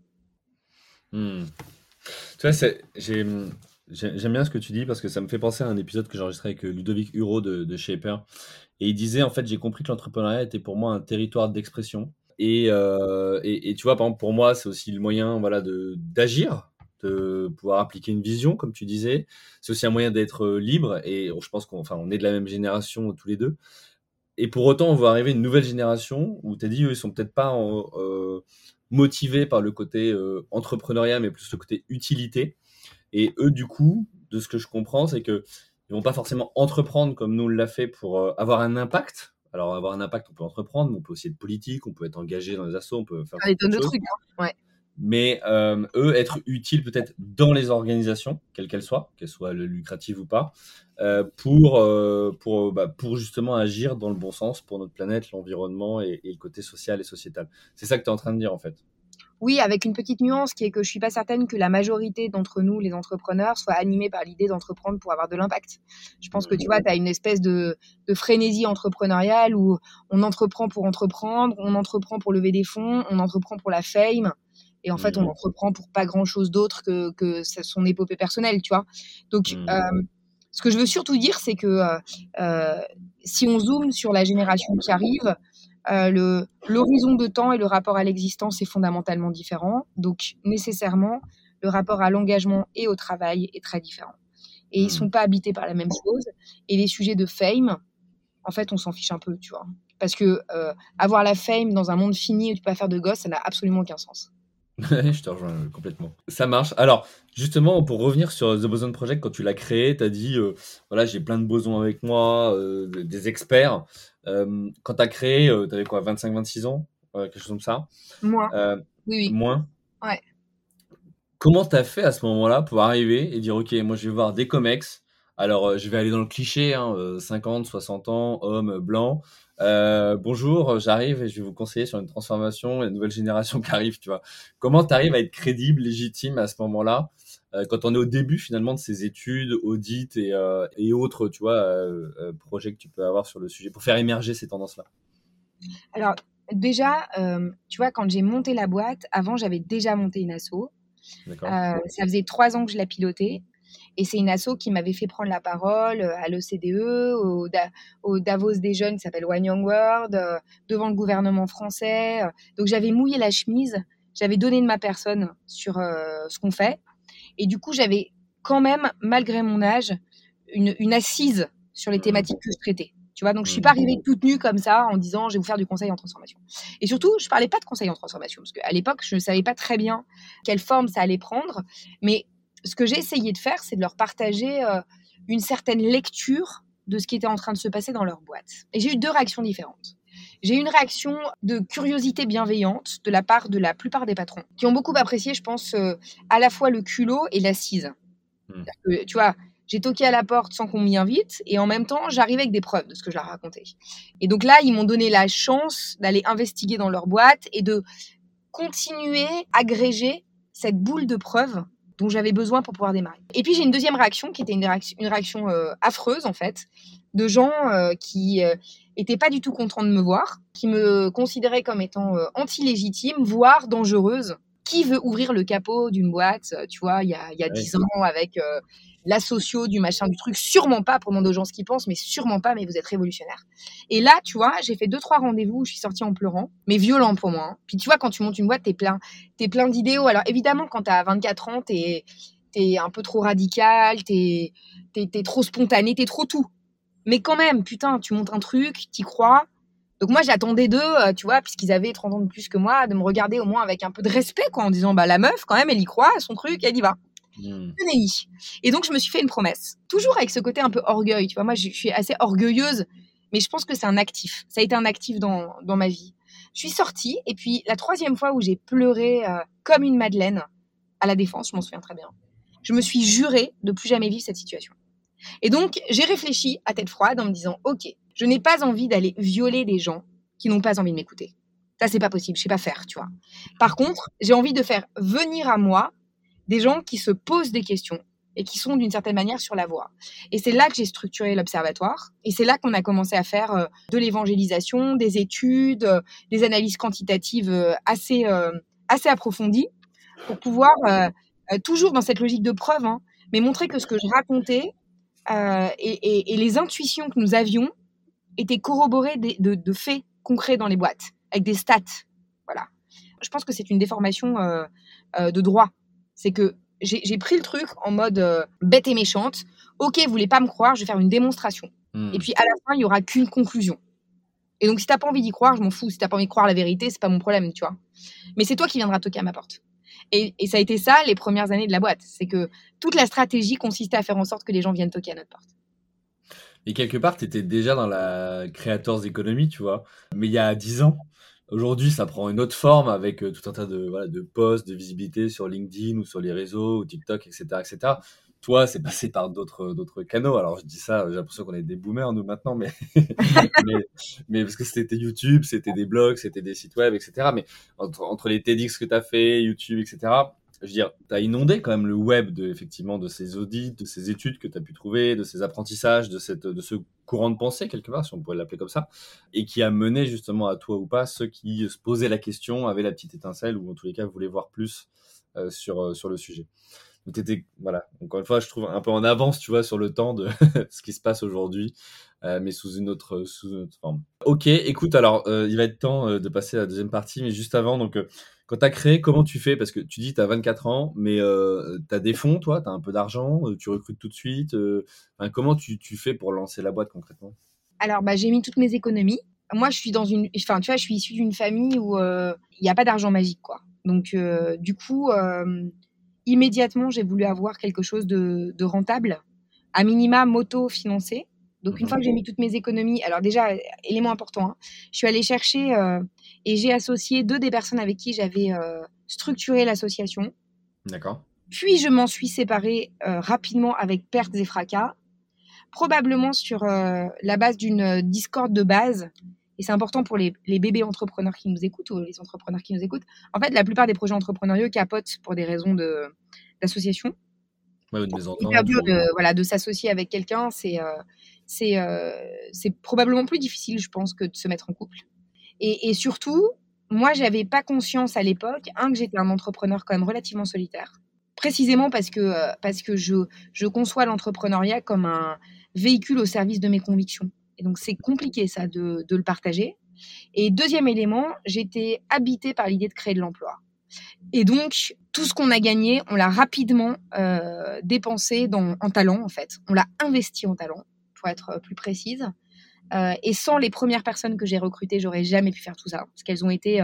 Mmh. Tu vois, c'est, j'ai, j'aime bien ce que tu dis parce que ça me fait penser à un épisode que j'ai enregistré avec Ludovic Huro de, de Shaper. Et il disait, en fait, j'ai compris que l'entrepreneuriat était pour moi un territoire d'expression. Et, euh, et, et tu vois, par exemple, pour moi, c'est aussi le moyen, voilà, de, d'agir, de pouvoir appliquer une vision, comme tu disais. C'est aussi un moyen d'être libre. Et je pense qu'on enfin, on est de la même génération tous les deux. Et pour autant, on voit arriver une nouvelle génération où tu as dit, eux, ils sont peut-être pas en, euh, motivés par le côté euh, entrepreneuriat, mais plus le côté utilité. Et eux, du coup, de ce que je comprends, c'est que ils vont pas forcément entreprendre comme nous on l'a fait pour euh, avoir un impact. Alors, avoir un impact, on peut entreprendre, mais on peut aussi être politique, on peut être engagé dans les assos, on peut faire des tonnes de choses. trucs, hein. Ouais. Mais euh, eux, être utiles peut-être dans les organisations, quelles qu'elles soient, qu'elles soient lucratives ou pas, euh, pour, euh, pour, bah, pour justement agir dans le bon sens pour notre planète, l'environnement et, et le côté social et sociétal. C'est ça que tu es en train de dire en fait. Oui, avec une petite nuance qui est que je suis pas certaine que la majorité d'entre nous, les entrepreneurs, soient animés par l'idée d'entreprendre pour avoir de l'impact. Je pense que tu vois, tu as une espèce de, de frénésie entrepreneuriale où on entreprend pour entreprendre, on entreprend pour lever des fonds, on entreprend pour la fame. Et en fait, on entreprend pour pas grand-chose d'autre que, que son épopée personnelle, tu vois. Donc, mmh. euh, ce que je veux surtout dire, c'est que euh, si on zoome sur la génération qui arrive, euh, le, l'horizon de temps et le rapport à l'existence est fondamentalement différent. Donc, nécessairement, le rapport à l'engagement et au travail est très différent. Et mmh. ils sont pas habités par la même chose. Et les sujets de fame, en fait, on s'en fiche un peu, tu vois. Parce que euh, avoir la fame dans un monde fini où tu peux pas faire de gosse, ça n'a absolument aucun sens. Je te rejoins complètement. Ça marche. Alors, justement, pour revenir sur The Boson Project, quand tu l'as créé, tu as dit, euh, voilà, j'ai plein de bosons avec moi, euh, des experts. Euh, quand tu as créé, euh, tu avais quoi, vingt-cinq vingt-six ans, euh, quelque chose comme ça? Moins. Euh, oui, oui. Moins? Ouais. Comment tu as fait à ce moment-là pour arriver et dire, OK, moi, je vais voir des comex. Alors, euh, je vais aller dans le cliché, hein, euh, cinquante, soixante ans, homme, blanc. Euh, bonjour, j'arrive et je vais vous conseiller sur une transformation et une nouvelle génération qui arrive, tu vois. Comment tu arrives à être crédible, légitime à ce moment-là, euh, quand on est au début finalement de ces études, audits et, euh, et autres, tu vois, euh, euh, projets que tu peux avoir sur le sujet pour faire émerger ces tendances-là? Alors, déjà, euh, tu vois, quand j'ai monté la boîte, avant, j'avais déjà monté une asso. D'accord. Euh, ça faisait trois ans que je la pilotais. Et c'est une asso qui m'avait fait prendre la parole à l'O C D E, au, da- au Davos des jeunes qui s'appelle One Young World, euh, devant le gouvernement français. Donc j'avais mouillé la chemise, j'avais donné de ma personne sur euh, ce qu'on fait. Et du coup, j'avais quand même, malgré mon âge, une, une assise sur les thématiques que je traitais. Tu vois, donc je suis pas arrivée toute nue comme ça en disant je vais vous faire du conseil en transformation. Et surtout, je parlais pas de conseil en transformation parce qu'à l'époque, je ne savais pas très bien quelle forme ça allait prendre. Mais ce que j'ai essayé de faire, c'est de leur partager euh, une certaine lecture de ce qui était en train de se passer dans leur boîte. Et j'ai eu deux réactions différentes. J'ai eu une réaction de curiosité bienveillante de la part de la plupart des patrons, qui ont beaucoup apprécié, je pense, euh, à la fois le culot et l'assise. Mmh. Que, tu vois, j'ai toqué à la porte sans qu'on m'y invite, et en même temps, j'arrivais avec des preuves de ce que je leur racontais. Et donc là, ils m'ont donné la chance d'aller investiguer dans leur boîte et de continuer à agréger cette boule de preuves dont j'avais besoin pour pouvoir démarrer. Et puis j'ai une deuxième réaction qui était une réaction, une réaction euh, affreuse en fait, de gens euh, qui euh, étaient pas du tout contents de me voir, qui me considéraient comme étant euh, anti-légitime, voire dangereuse. Qui veut ouvrir le capot d'une boîte, tu vois, il y a, il y a Ouais. dix ans avec euh, la socio, du machin, du truc? Sûrement pas, pour demander aux gens ce qu'ils pensent, mais sûrement pas, mais vous êtes révolutionnaire. Et là, tu vois, j'ai fait deux, trois rendez-vous où je suis sortie en pleurant, mais violent pour moi. Hein. Puis tu vois, quand tu montes une boîte, t'es plein, t'es plein d'idéaux. Alors évidemment, quand t'as vingt-quatre ans, t'es, t'es un peu trop radical, t'es, t'es, t'es trop spontané, t'es trop tout. Mais quand même, putain, tu montes un truc, t'y crois. Donc moi, j'attendais d'eux, euh, tu vois, puisqu'ils avaient trente ans de plus que moi, de me regarder au moins avec un peu de respect, quoi, en disant, bah la meuf, quand même, elle y croit à son truc, elle y va. Mmh. Et donc, je me suis fait une promesse. Toujours avec ce côté un peu orgueil, tu vois. Moi, je suis assez orgueilleuse, mais je pense que c'est un actif. Ça a été un actif dans, dans ma vie. Je suis sortie, et puis la troisième fois où j'ai pleuré euh, comme une madeleine à la Défense, je m'en souviens très bien, je me suis jurée de plus jamais vivre cette situation. Et donc, j'ai réfléchi à tête froide en me disant, ok, je n'ai pas envie d'aller violer des gens qui n'ont pas envie de m'écouter. Ça, c'est pas possible, je sais pas faire, tu vois. Par contre, j'ai envie de faire venir à moi des gens qui se posent des questions et qui sont d'une certaine manière sur la voie. Et c'est là que j'ai structuré l'observatoire. Et c'est là qu'on a commencé à faire euh, de l'évangélisation, des études, euh, des analyses quantitatives euh, assez, euh, assez approfondies pour pouvoir, euh, euh, toujours dans cette logique de preuve, hein, mais montrer que ce que je racontais euh, et, et, et les intuitions que nous avions étaient corroborées de, de, de faits concrets dans les boîtes, avec des stats. Voilà. Je pense que c'est une déformation euh, euh, de droit. C'est que j'ai, j'ai pris le truc en mode euh, bête et méchante. Ok, vous voulez pas me croire, je vais faire une démonstration. Mmh. Et puis à la fin, il y aura qu'une conclusion. Et donc si t'as pas envie d'y croire, je m'en fous. Si t'as pas envie de croire la vérité, c'est pas mon problème, tu vois. Mais c'est toi qui viendras toquer à ma porte. Et, et ça a été ça les premières années de la boîte. C'est que toute la stratégie consistait à faire en sorte que les gens viennent toquer à notre porte. Et quelque part, tu étais déjà dans la creators economy, tu vois. Mais il y a dix ans, aujourd'hui, ça prend une autre forme avec euh, tout un tas de, voilà, de posts, de visibilité sur LinkedIn ou sur les réseaux, ou TikTok, et cetera, et cetera. Toi, c'est passé par d'autres, d'autres canaux. Alors, je dis ça, j'ai l'impression qu'on est des boomers, nous, maintenant, mais, mais, mais parce que c'était YouTube, c'était des blogs, c'était des sites web, et cetera. Mais entre, entre les TEDx que tu as fait, YouTube, et cetera, je veux dire, tu as inondé quand même le web de, effectivement, de ces audits, de ces études que tu as pu trouver, de ces apprentissages, de, cette, de ce courant de pensée, quelque part, si on pourrait l'appeler comme ça, et qui a mené justement à toi ou pas ceux qui se posaient la question, avaient la petite étincelle, ou en tous les cas voulaient voir plus euh, sur, euh, sur le sujet. Donc, t'étais, voilà, encore une fois, je trouve un peu en avance, tu vois, sur le temps de ce qui se passe aujourd'hui, euh, mais sous une autre, sous une autre forme. Ok, écoute, alors, euh, il va être temps euh, de passer à la deuxième partie, mais juste avant, donc, euh, quand tu as créé, comment tu fais? Parce que tu dis que tu as vingt-quatre ans, mais euh, tu as des fonds, toi, tu as un peu d'argent, euh, tu recrutes tout de suite. Euh, enfin, comment tu, tu fais pour lancer la boîte concrètement? Alors, bah, j'ai mis toutes mes économies. Moi, je suis dans une, enfin, tu vois, je suis issue d'une famille où il n'y a pas d'argent magique, quoi. Donc, euh, du coup, euh, immédiatement, j'ai voulu avoir quelque chose de, de rentable, à minima moto-financé. Donc, une Mhm. fois que j'ai mis toutes mes économies, alors déjà, élément important, hein, je suis allée chercher euh, et j'ai associé deux des personnes avec qui j'avais euh, structuré l'association. D'accord. Puis, je m'en suis séparée euh, rapidement avec pertes et fracas, probablement sur euh, la base d'une discorde de base. Et c'est important pour les, les bébés entrepreneurs qui nous écoutent ou les entrepreneurs qui nous écoutent. En fait, la plupart des projets entrepreneuriaux capotent pour des raisons de, d'association. Ouais, une C'est mésentente. hyper dur ou- de, voilà, de s'associer avec quelqu'un. C'est, euh, c'est, euh, c'est probablement plus difficile, je pense, que de se mettre en couple. Et, et surtout, moi, j'avais pas conscience à l'époque, un, que j'étais un entrepreneur quand même relativement solitaire. Précisément parce que, euh, parce que je, je conçois l'entrepreneuriat comme un véhicule au service de mes convictions. Et donc, c'est compliqué, ça, de, de le partager. Et deuxième élément, j'étais habitée par l'idée de créer de l'emploi. Et donc, tout ce qu'on a gagné, on l'a rapidement euh, dépensé dans, en talent, en fait. On l'a investi en talent, pour être plus précise. Euh, et sans les premières personnes que j'ai recrutées, j'aurais jamais pu faire tout ça. Parce qu'elles ont été euh,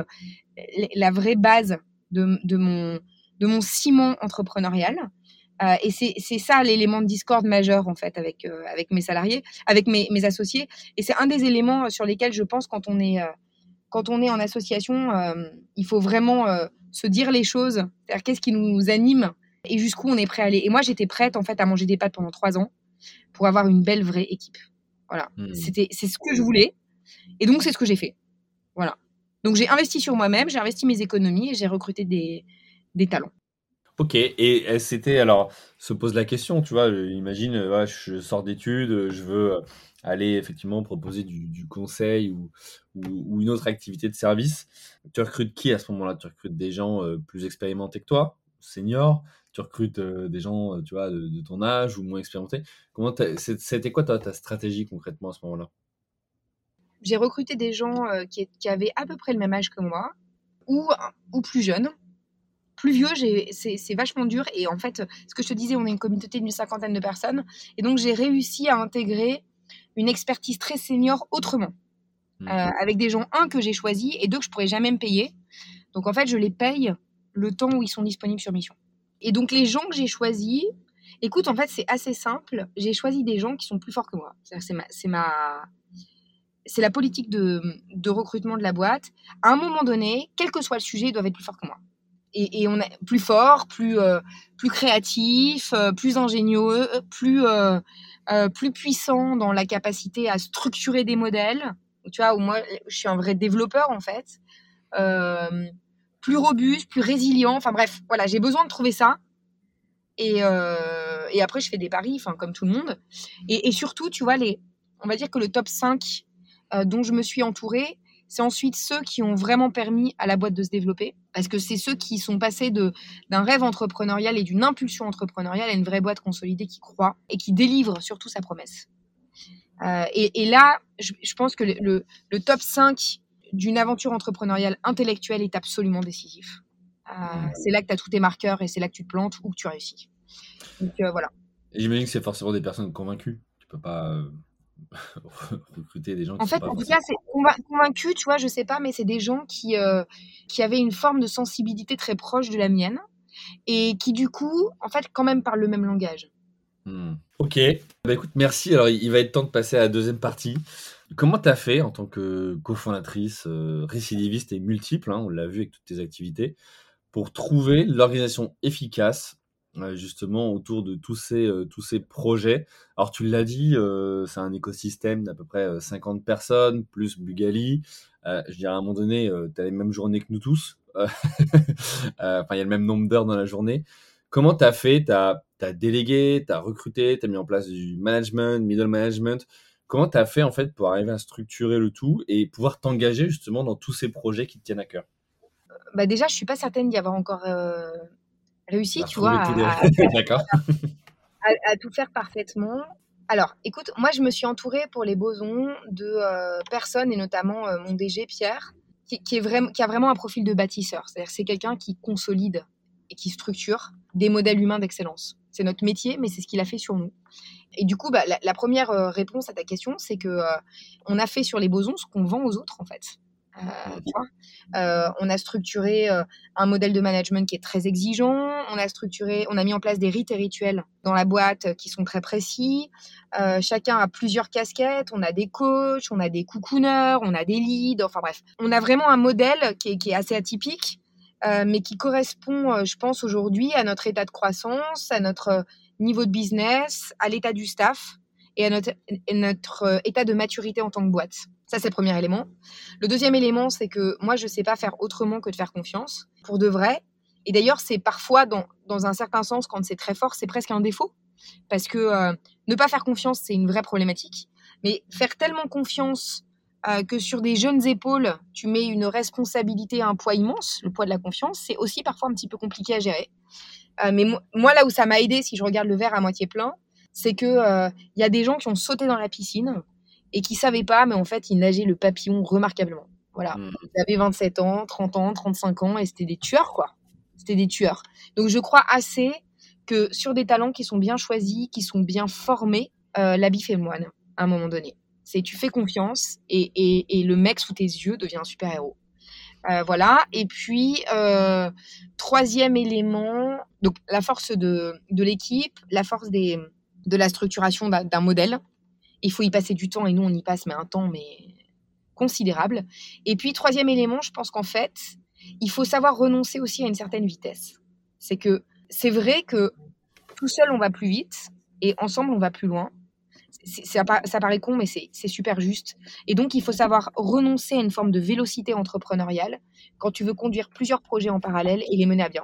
la vraie base de, de, mon, de mon ciment entrepreneurial. Euh, et c'est, c'est ça l'élément de discorde majeur, en fait, avec, euh, avec mes salariés, avec mes, mes associés. Et c'est un des éléments sur lesquels je pense quand on est... Euh, quand on est en association, euh, il faut vraiment euh, se dire les choses, c'est-à-dire qu'est-ce qui nous anime et jusqu'où on est prêt à aller. Et moi, j'étais prête en fait à manger des pâtes pendant trois ans pour avoir une belle vraie équipe. Voilà, Hmm. c'était c'est ce que je voulais et donc c'est ce que j'ai fait. Voilà. Donc j'ai investi sur moi-même, j'ai investi mes économies et j'ai recruté des des talents. Ok, et et c'était alors, se pose la question, tu vois, euh, imagine, euh, ouais, je sors d'études, euh, je veux euh, aller effectivement proposer du, du conseil ou, ou, ou une autre activité de service. Tu recrutes qui à ce moment-là? Tu recrutes des gens euh, plus expérimentés que toi, seniors, tu recrutes euh, des gens, euh, tu vois, de, de ton âge ou moins expérimentés. Comment t'as- c'est- c'était quoi ta, ta stratégie concrètement à ce moment-là? J'ai recruté des gens euh, qui, qui avaient à peu près le même âge que moi, ou, ou plus jeunes. Plus vieux, j'ai, c'est, c'est vachement dur. Et en fait, ce que je te disais, on est une communauté d'une cinquantaine de personnes. Et donc, j'ai réussi à intégrer une expertise très senior autrement. Euh, Mhm. avec des gens, un, que j'ai choisi et deux, que je pourrais jamais me payer. Donc, en fait, je les paye le temps où ils sont disponibles sur mission. Et donc, les gens que j'ai choisis, écoute, en fait, c'est assez simple. J'ai choisi des gens qui sont plus forts que moi. C'est-à-dire, c'est ma, c'est ma, c'est la politique de, de recrutement de la boîte. À un moment donné, quel que soit le sujet, ils doivent être plus forts que moi. Et, et on est plus fort, plus, euh, plus créatif, euh, plus ingénieux, plus, euh, euh, plus puissant dans la capacité à structurer des modèles. Tu vois, où moi, je suis un vrai développeur, en fait. Euh, plus robuste, plus résilient. Enfin bref, voilà, j'ai besoin de trouver ça. Et, euh, et après, je fais des paris, enfin, comme tout le monde. Et, et surtout, tu vois, les, on va dire que le top cinq euh, dont je me suis entourée, c'est ensuite ceux qui ont vraiment permis à la boîte de se développer. Parce que c'est ceux qui sont passés de, d'un rêve entrepreneurial et d'une impulsion entrepreneuriale à une vraie boîte consolidée qui croit et qui délivre surtout sa promesse. Euh, et, et là, je, je pense que le, le, le top cinq d'une aventure entrepreneuriale intellectuelle est absolument décisif. Euh, Mhm. c'est là que tu as tous tes marqueurs et c'est là que tu te plantes ou que tu réussis. Donc euh, voilà. Et j'imagine que c'est forcément des personnes convaincues. Tu peux pas euh, recruter des gens En qui sont fait, pas en tout forcément. cas, c'est conva- convaincu, tu vois, je sais pas, mais c'est des gens qui, euh, qui avaient une forme de sensibilité très proche de la mienne et qui, du coup, en fait, quand même parlent le même langage. Hmm. Ok. Bah écoute, merci. Alors, il va être temps de passer à la deuxième partie. Comment tu as fait en tant que cofondatrice, euh, récidiviste et multiple, hein, on l'a vu avec toutes tes activités, pour trouver l'organisation efficace, euh, justement, autour de tous ces, euh, tous ces projets? Alors, tu l'as dit, euh, c'est un écosystème d'à peu près euh, cinquante personnes, plus Bugali. Euh, je dirais à un moment donné, tu as les mêmes journées que nous tous. Euh, euh, Enfin, il y a le même nombre d'heures dans la journée. Comment tu as fait? Tu as délégué, tu as recruté, tu as mis en place du management, middle management. Comment tu as fait en fait pour arriver à structurer le tout et pouvoir t'engager justement dans tous ces projets qui te tiennent à cœur? Bah déjà, je suis pas certaine d'y avoir encore euh, réussi, À tu vois, retrouver tous les. à, à- D'accord. à- à tout faire parfaitement. Alors, écoute, moi, je me suis entourée pour les bosons de euh, personnes, et notamment euh, mon D G, Pierre, qui, qui est vraiment, qui a vraiment un profil de bâtisseur. C'est-à-dire que c'est quelqu'un qui consolide et qui structure des modèles humains d'excellence. C'est notre métier, mais c'est ce qu'il a fait sur nous. Et du coup, bah, la, la première euh, réponse à ta question, c'est que euh, on a fait sur les bosons ce qu'on vend aux autres, en fait. Euh, tu vois Euh, on a structuré euh, un modèle de management qui est très exigeant. On a structuré, on a mis en place des rites et rituels dans la boîte euh, qui sont très précis. Euh, chacun a plusieurs casquettes. On a des coachs, on a des coucouneurs, on a des leads. Enfin bref, on a vraiment un modèle qui est, qui est assez atypique, euh, mais qui correspond, euh, je pense, aujourd'hui à notre état de croissance, à notre euh, niveau de business, à l'état du staff et à notre, et notre euh, état de maturité en tant que boîte. Ça, c'est le premier élément. Le deuxième élément, c'est que moi, je ne sais pas faire autrement que de faire confiance, pour de vrai. Et d'ailleurs, c'est parfois, dans, dans un certain sens, quand c'est très fort, c'est presque un défaut. Parce que euh, ne pas faire confiance, c'est une vraie problématique. Mais faire tellement confiance euh, que sur des jeunes épaules, tu mets une responsabilité, un poids immense, le poids de la confiance, c'est aussi parfois un petit peu compliqué à gérer. Euh, mais mo- moi, là où ça m'a aidé, si je regarde le verre à moitié plein, c'est que euh, y a des gens qui ont sauté dans la piscine et qui savaient pas, mais en fait, ils nageaient le papillon remarquablement. Voilà. Hmm. Ils avaient vingt-sept ans, trente ans, trente-cinq ans, et c'était des tueurs, quoi. C'était des tueurs. Donc, je crois assez que sur des talents qui sont bien choisis, qui sont bien formés, euh, l'habit fait le moine, à un moment donné. C'est tu fais confiance et, et, et le mec sous tes yeux devient un super-héros. Euh, voilà. Et puis, euh, troisième élément, donc la force de, de l'équipe, la force des, de la structuration d'un, d'un modèle. Il faut y passer du temps et nous, on y passe, mais un temps mais considérable. Et puis, troisième élément, je pense qu'en fait, il faut savoir renoncer aussi à une certaine vitesse. C'est que c'est vrai que tout seul, on va plus vite et ensemble, on va plus loin. C'est- ça, pa- ça paraît con, mais c'est c'est super juste. Et donc, il faut savoir renoncer à une forme de vélocité entrepreneuriale quand tu veux conduire plusieurs projets en parallèle et les mener à bien.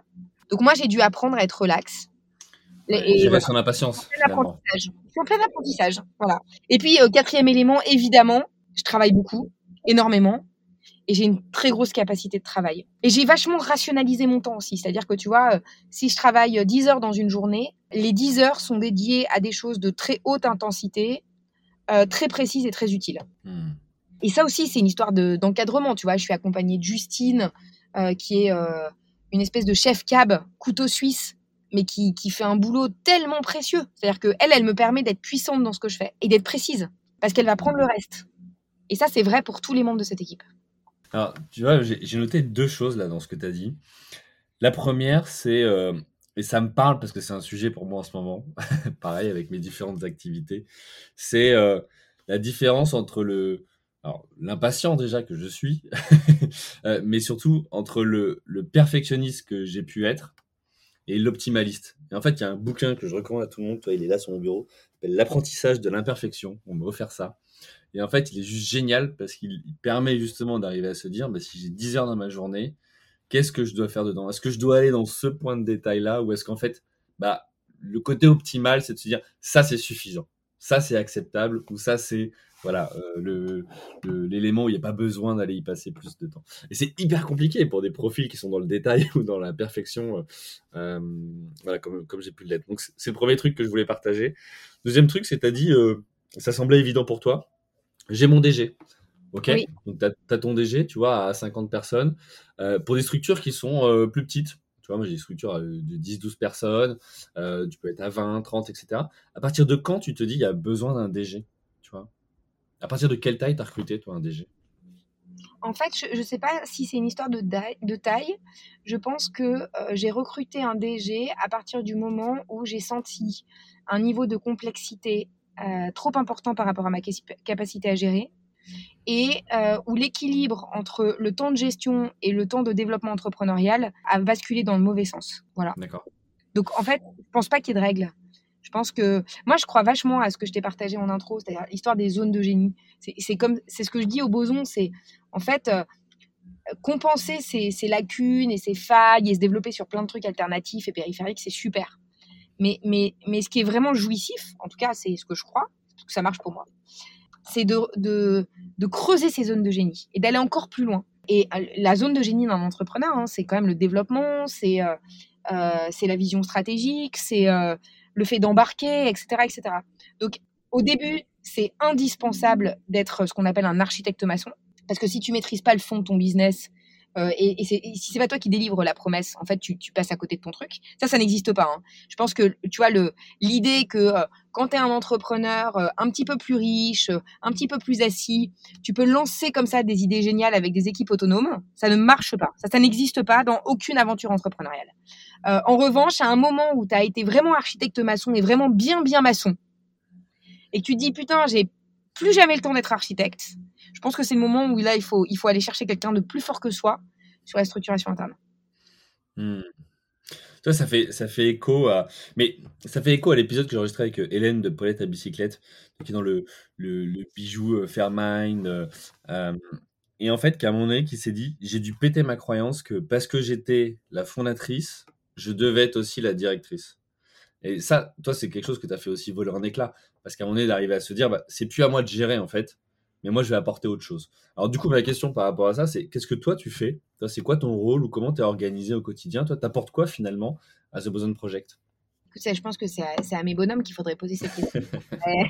Donc moi, j'ai dû apprendre à être relax. Ouais, Et gérer voilà, son impatience, en plein finalement. apprentissage. Je suis en plein apprentissage, voilà. Et puis, euh, quatrième élément, évidemment, je travaille beaucoup, énormément, et j'ai une très grosse capacité de travail. Et j'ai vachement rationalisé mon temps aussi. C'est-à-dire que, tu vois, euh, si je travaille euh, dix heures dans une journée, les dix heures sont dédiées à des choses de très haute intensité, euh, très précises et très utiles. Hmm. Et ça aussi, c'est une histoire de, d'encadrement. Tu vois, je suis accompagnée de Justine, euh, qui est euh, une espèce de chef cab, couteau suisse, mais qui, qui fait un boulot tellement précieux. C'est-à-dire qu'elle, elle me permet d'être puissante dans ce que je fais et d'être précise, parce qu'elle va prendre le reste. Et ça, c'est vrai pour tous les membres de cette équipe. Alors, tu vois, j'ai j'ai noté deux choses là dans ce que tu as dit. La première, c'est, euh, et ça me parle parce que c'est un sujet pour moi en ce moment, pareil avec mes différentes activités, c'est euh, la différence entre le, alors, l'impatient déjà que je suis, euh, mais surtout entre le, le perfectionniste que j'ai pu être et l'optimaliste. Et en fait, il y a un bouquin que je recommande à tout le monde, toi, il est là sur mon bureau, il s'appelle L'apprentissage de l'imperfection. On m'a offert ça. Et en fait, il est juste génial parce qu'il il permet justement d'arriver à se dire, bah, si j'ai dix heures dans ma journée, qu'est-ce que je dois faire dedans? Est-ce que je dois aller dans ce point de détail-là ou est-ce qu'en fait, bah, le côté optimal, c'est de se dire, ça, c'est suffisant, ça, c'est acceptable ou ça, c'est voilà, euh, le, le- l'élément où il n'y a pas besoin d'aller y passer plus de temps. Et c'est hyper compliqué pour des profils qui sont dans le détail ou dans la perfection, euh, euh, voilà, comme, comme j'ai pu l'être. Donc, c'est c'est le premier truc que je voulais partager. Deuxième truc, c'est, t'as dit, euh, ça semblait évident pour toi. J'ai mon D G. Ok, Oui. donc tu as ton D G, tu vois, à cinquante personnes, euh, pour des structures qui sont euh, plus petites. Tu vois, moi j'ai des structures euh, de dix douze personnes, euh, tu peux être à vingt trente et cetera. À partir de quand tu te dis il y a besoin d'un D G, tu vois? À partir de quelle taille tu as recruté, toi, un D G? En fait, je ne sais pas si c'est une histoire de, da- de taille. Je pense que euh, j'ai recruté un D G à partir du moment où j'ai senti un niveau de complexité euh, trop important par rapport à ma cas- capacité à gérer et euh, où l'équilibre entre le temps de gestion et le temps de développement entrepreneurial a basculé dans le mauvais sens. Voilà. D'accord. Donc en fait, je pense pas qu'il y ait de règles. Je pense que moi, je crois vachement à ce que je t'ai partagé en intro, c'est-à-dire l'histoire des zones de génie. C'est, c'est comme, c'est ce que je dis au boson, c'est en fait euh, compenser ses, ses lacunes et ses failles et se développer sur plein de trucs alternatifs et périphériques, c'est super. Mais, mais, mais ce qui est vraiment jouissif, en tout cas, c'est ce que je crois, parce que ça marche pour moi, c'est de, de, de creuser ces zones de génie et d'aller encore plus loin. Et euh, la zone de génie d'un entrepreneur, hein, c'est quand même le développement, c'est, euh, euh, c'est la vision stratégique, c'est euh, le fait d'embarquer, et cetera, et cetera. Donc, au début, c'est indispensable d'être ce qu'on appelle un architecte maçon, parce que si tu maîtrises pas le fond de ton business, euh, et, et, c'est, et si c'est pas toi qui délivre la promesse, en fait, tu, tu passes à côté de ton truc. Ça, ça n'existe pas. Hein. Je pense que, tu vois, le, l'idée que euh, quand tu es un entrepreneur euh, un petit peu plus riche, euh, un petit peu plus assis, tu peux lancer comme ça des idées géniales avec des équipes autonomes, ça ne marche pas. Ça, ça n'existe pas dans aucune aventure entrepreneuriale. Euh, en revanche, à un moment où tu as été vraiment architecte maçon et vraiment bien, bien maçon, et que tu te dis, putain, j'ai plus jamais le temps d'être architecte, je pense que c'est le moment où là, il faut, il faut aller chercher quelqu'un de plus fort que soi sur la structuration interne. Hmm. Tu vois, ça fait, ça fait écho à, mais ça fait écho à l'épisode que j'ai enregistré avec euh, Hélène de Paulette à bicyclette, qui est dans le, le, le bijou euh, Fairmind. euh, euh, et en fait, qu'à un moment donné, qui s'est dit, j'ai dû péter ma croyance que parce que j'étais la fondatrice, je devais être aussi la directrice. Et ça, toi, c'est quelque chose que tu as fait aussi voler en éclats. Parce qu'à un moment donné, d'arriver à se dire, bah, c'est plus à moi de gérer, en fait, mais moi, je vais apporter autre chose. Alors, du coup, ma question par rapport à ça, c'est qu'est-ce que toi, tu fais? Toi, c'est quoi ton rôle ou comment tu es organisé au quotidien? Toi, t'apportes quoi finalement à The Boson Project? Je pense que c'est à, c'est à mes bonhommes qu'il faudrait poser cette question. Euh,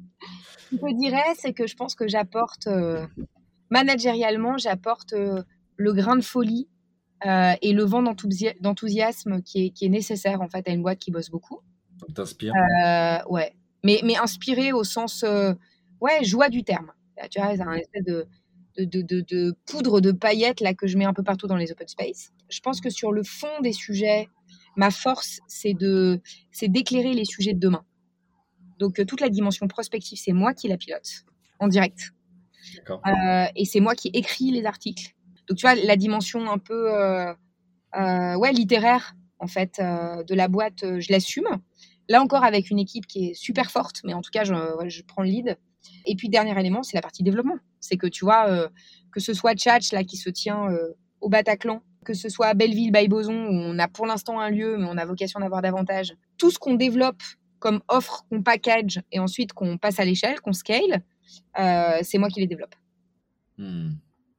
ce que je dirais, c'est que je pense que j'apporte, euh, managérialement, j'apporte euh, le grain de folie euh, et le vent d'enthousi- d'enthousiasme qui est, qui est nécessaire en fait à une boîte qui bosse beaucoup. Donc, t'inspires? Euh, ouais, mais, mais inspiré au sens euh, ouais, joie du terme. Tu vois, c'est un espèce de, de, de, de, de poudre de paillettes là que je mets un peu partout dans les open space. Je pense que sur le fond des sujets, ma force, c'est de, c'est d'éclairer les sujets de demain. Donc euh, toute la dimension prospective, c'est moi qui la pilote en direct. D'accord. Euh, et c'est moi qui écris les articles. Donc tu vois, la dimension un peu euh, euh, ouais, littéraire en fait euh, de la boîte, euh, je l'assume. Là encore avec une équipe qui est super forte, mais en tout cas, je, ouais, je prends le lead. Et puis dernier élément, c'est la partie développement. C'est que tu vois, euh, que ce soit Tchatch là qui se tient euh, au Bataclan que ce soit à Belleville-Baye-Boson, où on a pour l'instant un lieu, mais on a vocation d'avoir davantage. Tout ce qu'on développe comme offre, qu'on package et ensuite qu'on passe à l'échelle, qu'on scale, euh, c'est moi qui les développe. Hmm.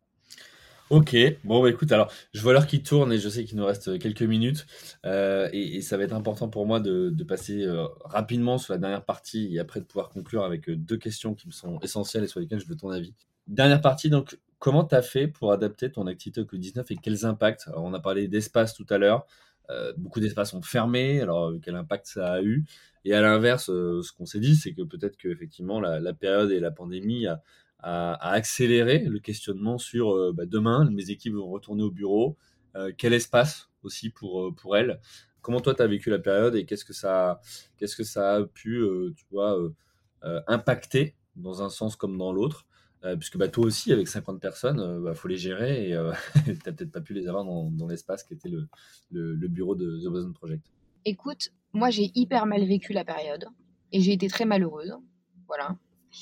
Ok, bon bah écoute, alors je vois l'heure qui tourne et je sais qu'il nous reste quelques minutes euh, et, et ça va être important pour moi de, de passer euh, rapidement sur la dernière partie et après de pouvoir conclure avec euh, deux questions qui me sont essentielles et sur lesquelles je veux ton avis. Dernière partie, donc comment tu as fait pour adapter ton activité au covid dix-neuf et quels impacts? Alors on a parlé d'espace tout à l'heure, euh, beaucoup d'espaces ont fermé, alors euh, quel impact ça a eu? Et à l'inverse, euh, ce qu'on s'est dit, c'est que peut-être que effectivement la, la période et la pandémie a à, à accélérer le questionnement sur euh, bah, demain, mes équipes vont retourner au bureau, euh, quel espace aussi pour, euh, pour elles. Comment toi, tu as vécu la période et qu'est-ce que ça, qu'est-ce que ça a pu euh, tu vois, euh, euh, impacter dans un sens comme dans l'autre euh, puisque bah, toi aussi, avec cinquante personnes, il euh, bah, faut les gérer et euh, tu n'as peut-être pas pu les avoir dans, dans l'espace qui était le, le, le bureau de The Boson Project. Écoute, moi j'ai hyper mal vécu la période et j'ai été très malheureuse. Voilà.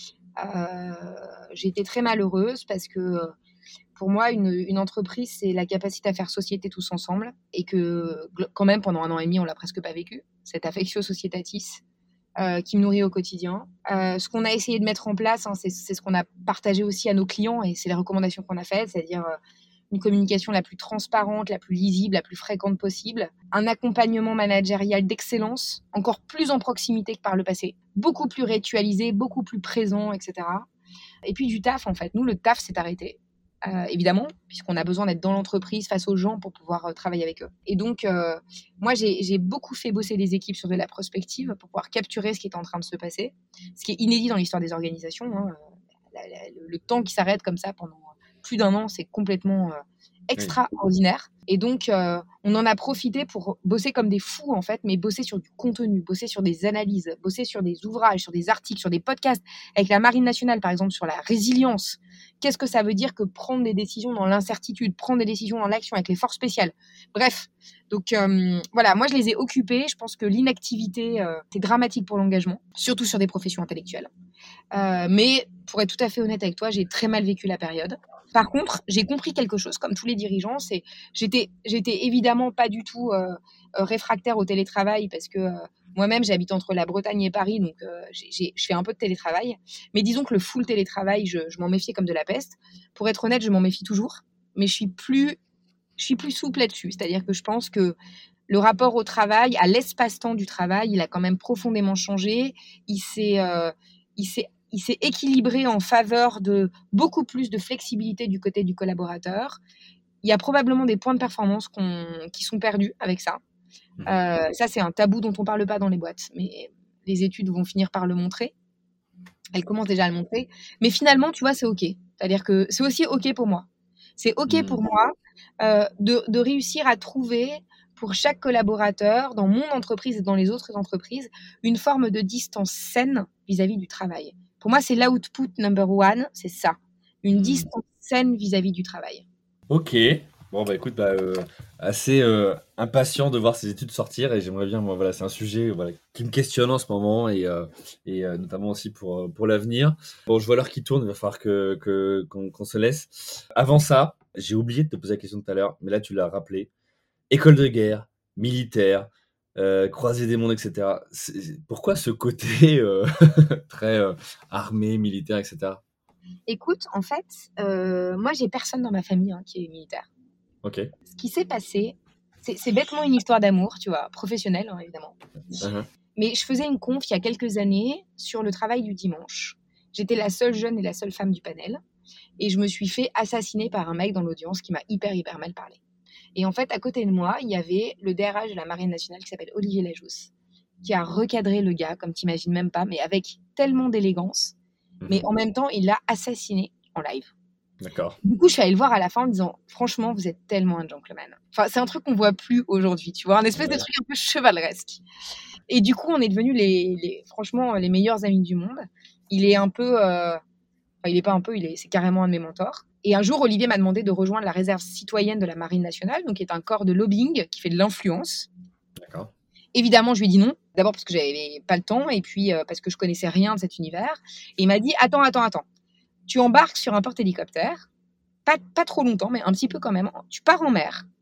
Euh, j'ai été très malheureuse parce que pour moi, une, une entreprise, c'est la capacité à faire société tous ensemble et que quand même pendant un an et demi, on l'a presque pas vécu, cet affectio societatis euh, qui me nourrit au quotidien. Euh, ce qu'on a essayé de mettre en place, hein, c'est, c'est ce qu'on a partagé aussi à nos clients et c'est les recommandations qu'on a faites, c'est-à-dire euh, une communication la plus transparente, la plus lisible, la plus fréquente possible, un accompagnement managérial d'excellence, encore plus en proximité que par le passé, beaucoup plus ritualisé, beaucoup plus présent, et cetera. Et puis du taf, en fait. Nous, le taf s'est arrêté, euh, évidemment, puisqu'on a besoin d'être dans l'entreprise face aux gens pour pouvoir euh, travailler avec eux. Et donc, euh, moi, j'ai, j'ai beaucoup fait bosser les équipes sur de la prospective pour pouvoir capturer ce qui est en train de se passer, ce qui est inédit dans l'histoire des organisations. Hein. La, la, le, le temps qui s'arrête comme ça pendant plus d'un an, c'est complètement euh, extraordinaire. Oui. Et donc, euh, on en a profité pour bosser comme des fous, en fait, mais bosser sur du contenu, bosser sur des analyses, bosser sur des ouvrages, sur des articles, sur des podcasts, avec la Marine nationale, par exemple, sur la résilience. Qu'est-ce que ça veut dire que prendre des décisions dans l'incertitude, prendre des décisions dans l'action avec les forces spéciales. Bref, donc euh, voilà, moi, je les ai occupés. Je pense que l'inactivité, euh, c'est dramatique pour l'engagement, surtout sur des professions intellectuelles. Euh, mais pour être tout à fait honnête avec toi, j'ai très mal vécu la période. Par contre, j'ai compris quelque chose, comme tous les dirigeants, c'est j'étais, j'étais évidemment pas du tout euh, réfractaire au télétravail parce que euh, moi-même j'habite entre la Bretagne et Paris, donc euh, j'ai, j'ai, je fais un peu de télétravail. Mais disons que le full télétravail, je, je m'en méfiais comme de la peste. Pour être honnête, je m'en méfie toujours, mais je suis plus, je suis plus souple là-dessus. C'est-à-dire que je pense que le rapport au travail, à l'espace-temps du travail, il a quand même profondément changé. Il s'est, euh, il s'est Il s'est équilibré en faveur de beaucoup plus de flexibilité du côté du collaborateur. Il y a probablement des points de performance qu'on, qui sont perdus avec ça. Mmh. Euh, ça, c'est un tabou dont on ne parle pas dans les boîtes, mais les études vont finir par le montrer. Elles commencent déjà à le montrer. Mais finalement, tu vois, c'est OK. C'est-à-dire que c'est aussi OK pour moi. C'est OK mmh. pour moi euh, de, de réussir à trouver pour chaque collaborateur, dans mon entreprise et dans les autres entreprises, une forme de distance saine vis-à-vis du travail. Pour moi, c'est l'output number one, c'est ça. Une mmh. distance saine vis-à-vis du travail. Ok. Bon, bah écoute, bah, euh, assez euh, impatient de voir ces études sortir et j'aimerais bien, moi, voilà, c'est un sujet voilà, qui me questionne en ce moment et, euh, et euh, notamment aussi pour, pour l'avenir. Bon, je vois l'heure qui tourne, il va falloir que, que, qu'on, qu'on se laisse. Avant ça, j'ai oublié de te poser la question tout à l'heure, mais là, tu l'as rappelé. École de guerre, militaire, euh, croisée des mondes, et cetera. C'est, pourquoi ce côté euh, très euh, armé, militaire, et cetera. Écoute, en fait, euh, moi, j'ai personne dans ma famille hein, qui est militaire. Ok. Ce qui s'est passé, c'est, c'est bêtement une histoire d'amour, tu vois, professionnelle, hein, évidemment. Uh-huh. Mais je faisais une conf il y a quelques années sur le travail du dimanche. J'étais la seule jeune et la seule femme du panel. Et je me suis fait assassiner par un mec dans l'audience qui m'a hyper, hyper mal parlé. Et en fait, à côté de moi, il y avait le D R H de la Marine nationale qui s'appelle Olivier Lajousse, qui a recadré le gars, comme tu n'imagines même pas, mais avec tellement d'élégance. Mmh. Mais en même temps, il l'a assassiné en live. D'accord. Du coup, je suis allée le voir à la fin en disant « Franchement, vous êtes tellement un gentleman. » Enfin, c'est un truc qu'on ne voit plus aujourd'hui, tu vois, un espèce ouais. de truc un peu chevaleresque. Et du coup, on est devenus, les, les, franchement, les meilleurs amis du monde. Il est un peu... Euh, enfin, il n'est pas un peu, il est, c'est carrément un de mes mentors. Et un jour, Olivier m'a demandé de rejoindre la réserve citoyenne de la Marine nationale, donc qui est un corps de lobbying qui fait de l'influence. D'accord. Évidemment, je lui ai dit non. D'abord parce que j'avais pas le temps et puis euh, parce que je connaissais rien de cet univers. Et il m'a dit attends, attends, attends. Tu embarques sur un porte-hélicoptère, pas, pas trop longtemps, mais un petit peu quand même. Tu pars en mer.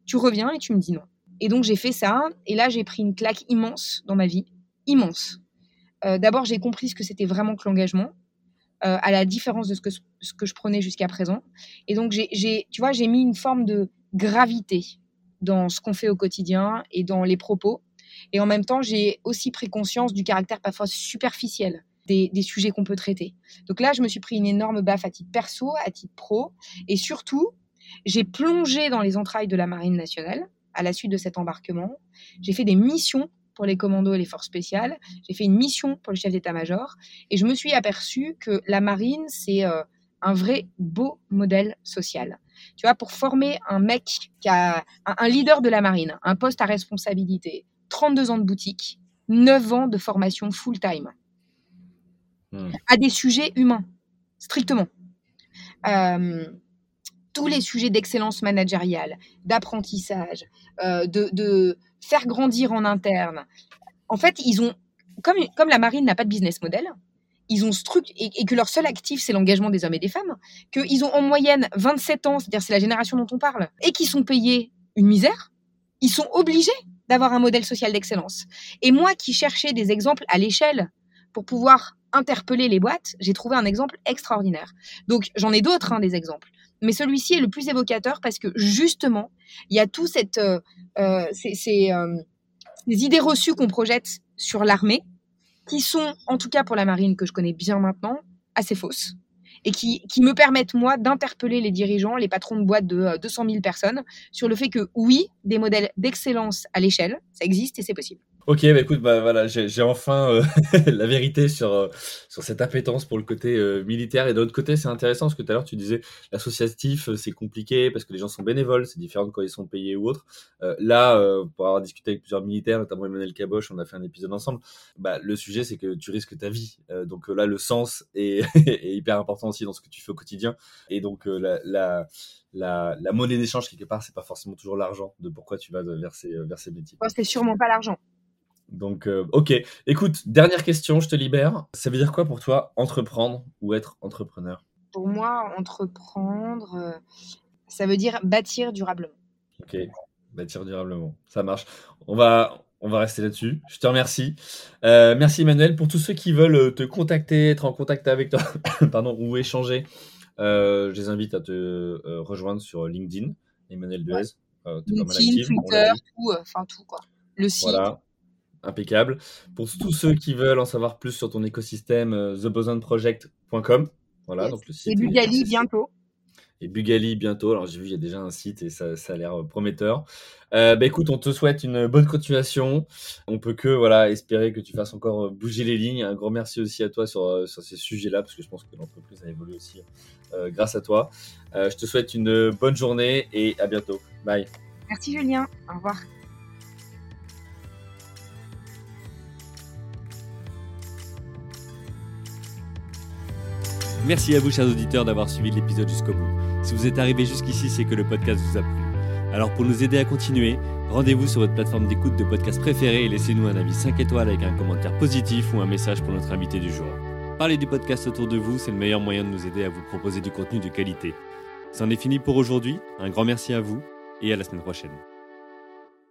tu reviens et tu me dis non. Et donc, j'ai fait ça. Et là, j'ai pris une claque immense dans ma vie. Immense. Euh, d'abord, j'ai compris ce que c'était vraiment que l'engagement, euh, à la différence de ce que, ce que je prenais jusqu'à présent. Et donc, j'ai, j'ai, tu vois, j'ai mis une forme de gravité dans ce qu'on fait au quotidien et dans les propos. Et en même temps, j'ai aussi pris conscience du caractère parfois superficiel des, des sujets qu'on peut traiter. Donc là, je me suis pris une énorme baffe à titre perso, à titre pro. Et surtout, j'ai plongé dans les entrailles de la Marine nationale à la suite de cet embarquement. J'ai fait des missions pour les commandos et les forces spéciales. J'ai fait une mission pour le chef d'état-major. Et je me suis aperçue que la Marine, c'est euh, un vrai beau modèle social. Tu vois, pour former un mec qui a un, un leader de la Marine, un poste à responsabilité, trente-deux ans de boutique, neuf ans de formation full-time, mmh. à des sujets humains, strictement. Euh, tous les sujets d'excellence managériale, d'apprentissage, euh, de, de faire grandir en interne. En fait, ils ont, comme, comme la Marine n'a pas de business model, ils ont struct- et, et que leur seul actif, c'est l'engagement des hommes et des femmes, qu'ils ont en moyenne vingt-sept ans, c'est-à-dire c'est la génération dont on parle, et qu'ils sont payés une misère, ils sont obligés d'avoir un modèle social d'excellence. Et moi qui cherchais des exemples à l'échelle pour pouvoir interpeller les boîtes, j'ai trouvé un exemple extraordinaire. Donc j'en ai d'autres, hein, des exemples. Mais celui-ci est le plus évocateur parce que justement, il y a tout cette, euh, euh, ces, ces, euh, ces idées reçues qu'on projette sur l'armée, qui sont, en tout cas pour la Marine que je connais bien maintenant, assez fausses. Et qui, qui me permettent, moi, d'interpeller les dirigeants, les patrons de boîtes de euh, deux cent mille personnes, sur le fait que, oui, des modèles d'excellence à l'échelle, ça existe et c'est possible. Ok, bah écoute, bah voilà, j'ai, j'ai enfin euh, la vérité sur euh, sur cette appétence pour le côté euh, militaire. Et de l'autre côté, c'est intéressant parce que tout à l'heure tu disais l'associatif, euh, c'est compliqué parce que les gens sont bénévoles, c'est différent de quand ils sont payés ou autre. Euh, là, euh, pour avoir discuté avec plusieurs militaires, notamment Emmanuel Caboche, on a fait un épisode ensemble. Bah le sujet, c'est que tu risques ta vie. Euh, donc euh, là, le sens est, est hyper important aussi dans ce que tu fais au quotidien. Et donc euh, la, la la la monnaie d'échange quelque part, c'est pas forcément toujours l'argent de pourquoi tu vas vers ces vers ces métiers. Bon, c'est sûrement pas l'argent. Donc, euh, ok. Écoute, dernière question, je te libère. Ça veut dire quoi pour toi, entreprendre ou être entrepreneur ? Pour moi, entreprendre, euh, ça veut dire bâtir durablement. Ok, bâtir durablement. Ça marche. On va, on va rester là-dessus. Je te remercie. Euh, merci Emmanuel. Pour tous ceux qui veulent te contacter, être en contact avec toi, pardon, ou échanger, euh, je les invite à te euh, rejoindre sur LinkedIn, Emmanuel Duez. Ouais. Euh, LinkedIn, Twitter, tout, enfin euh, tout quoi. Le site. Voilà. Impeccable. Pour tous ceux qui veulent en savoir plus sur ton écosystème, euh, the boson project point com. Voilà, yes. donc le site. Et Bugali bientôt. Et Bugali bientôt. Alors j'ai vu, il y a déjà un site et ça, ça a l'air prometteur. Euh, bah écoute, on te souhaite une bonne continuation. On peut que voilà espérer que tu fasses encore bouger les lignes. Un grand merci aussi à toi sur, sur ces sujets-là parce que je pense que l'entreprise a évolué aussi euh, grâce à toi. Euh, je te souhaite une bonne journée et à bientôt. Bye. Merci Julien. Au revoir. Merci à vous, chers auditeurs, d'avoir suivi l'épisode jusqu'au bout. Si vous êtes arrivé jusqu'ici, c'est que le podcast vous a plu. Alors pour nous aider à continuer, rendez-vous sur votre plateforme d'écoute de podcast préférée et laissez-nous un avis cinq étoiles avec un commentaire positif ou un message pour notre invité du jour. Parlez du podcast autour de vous, c'est le meilleur moyen de nous aider à vous proposer du contenu de qualité. C'en est fini pour aujourd'hui, un grand merci à vous et à la semaine prochaine.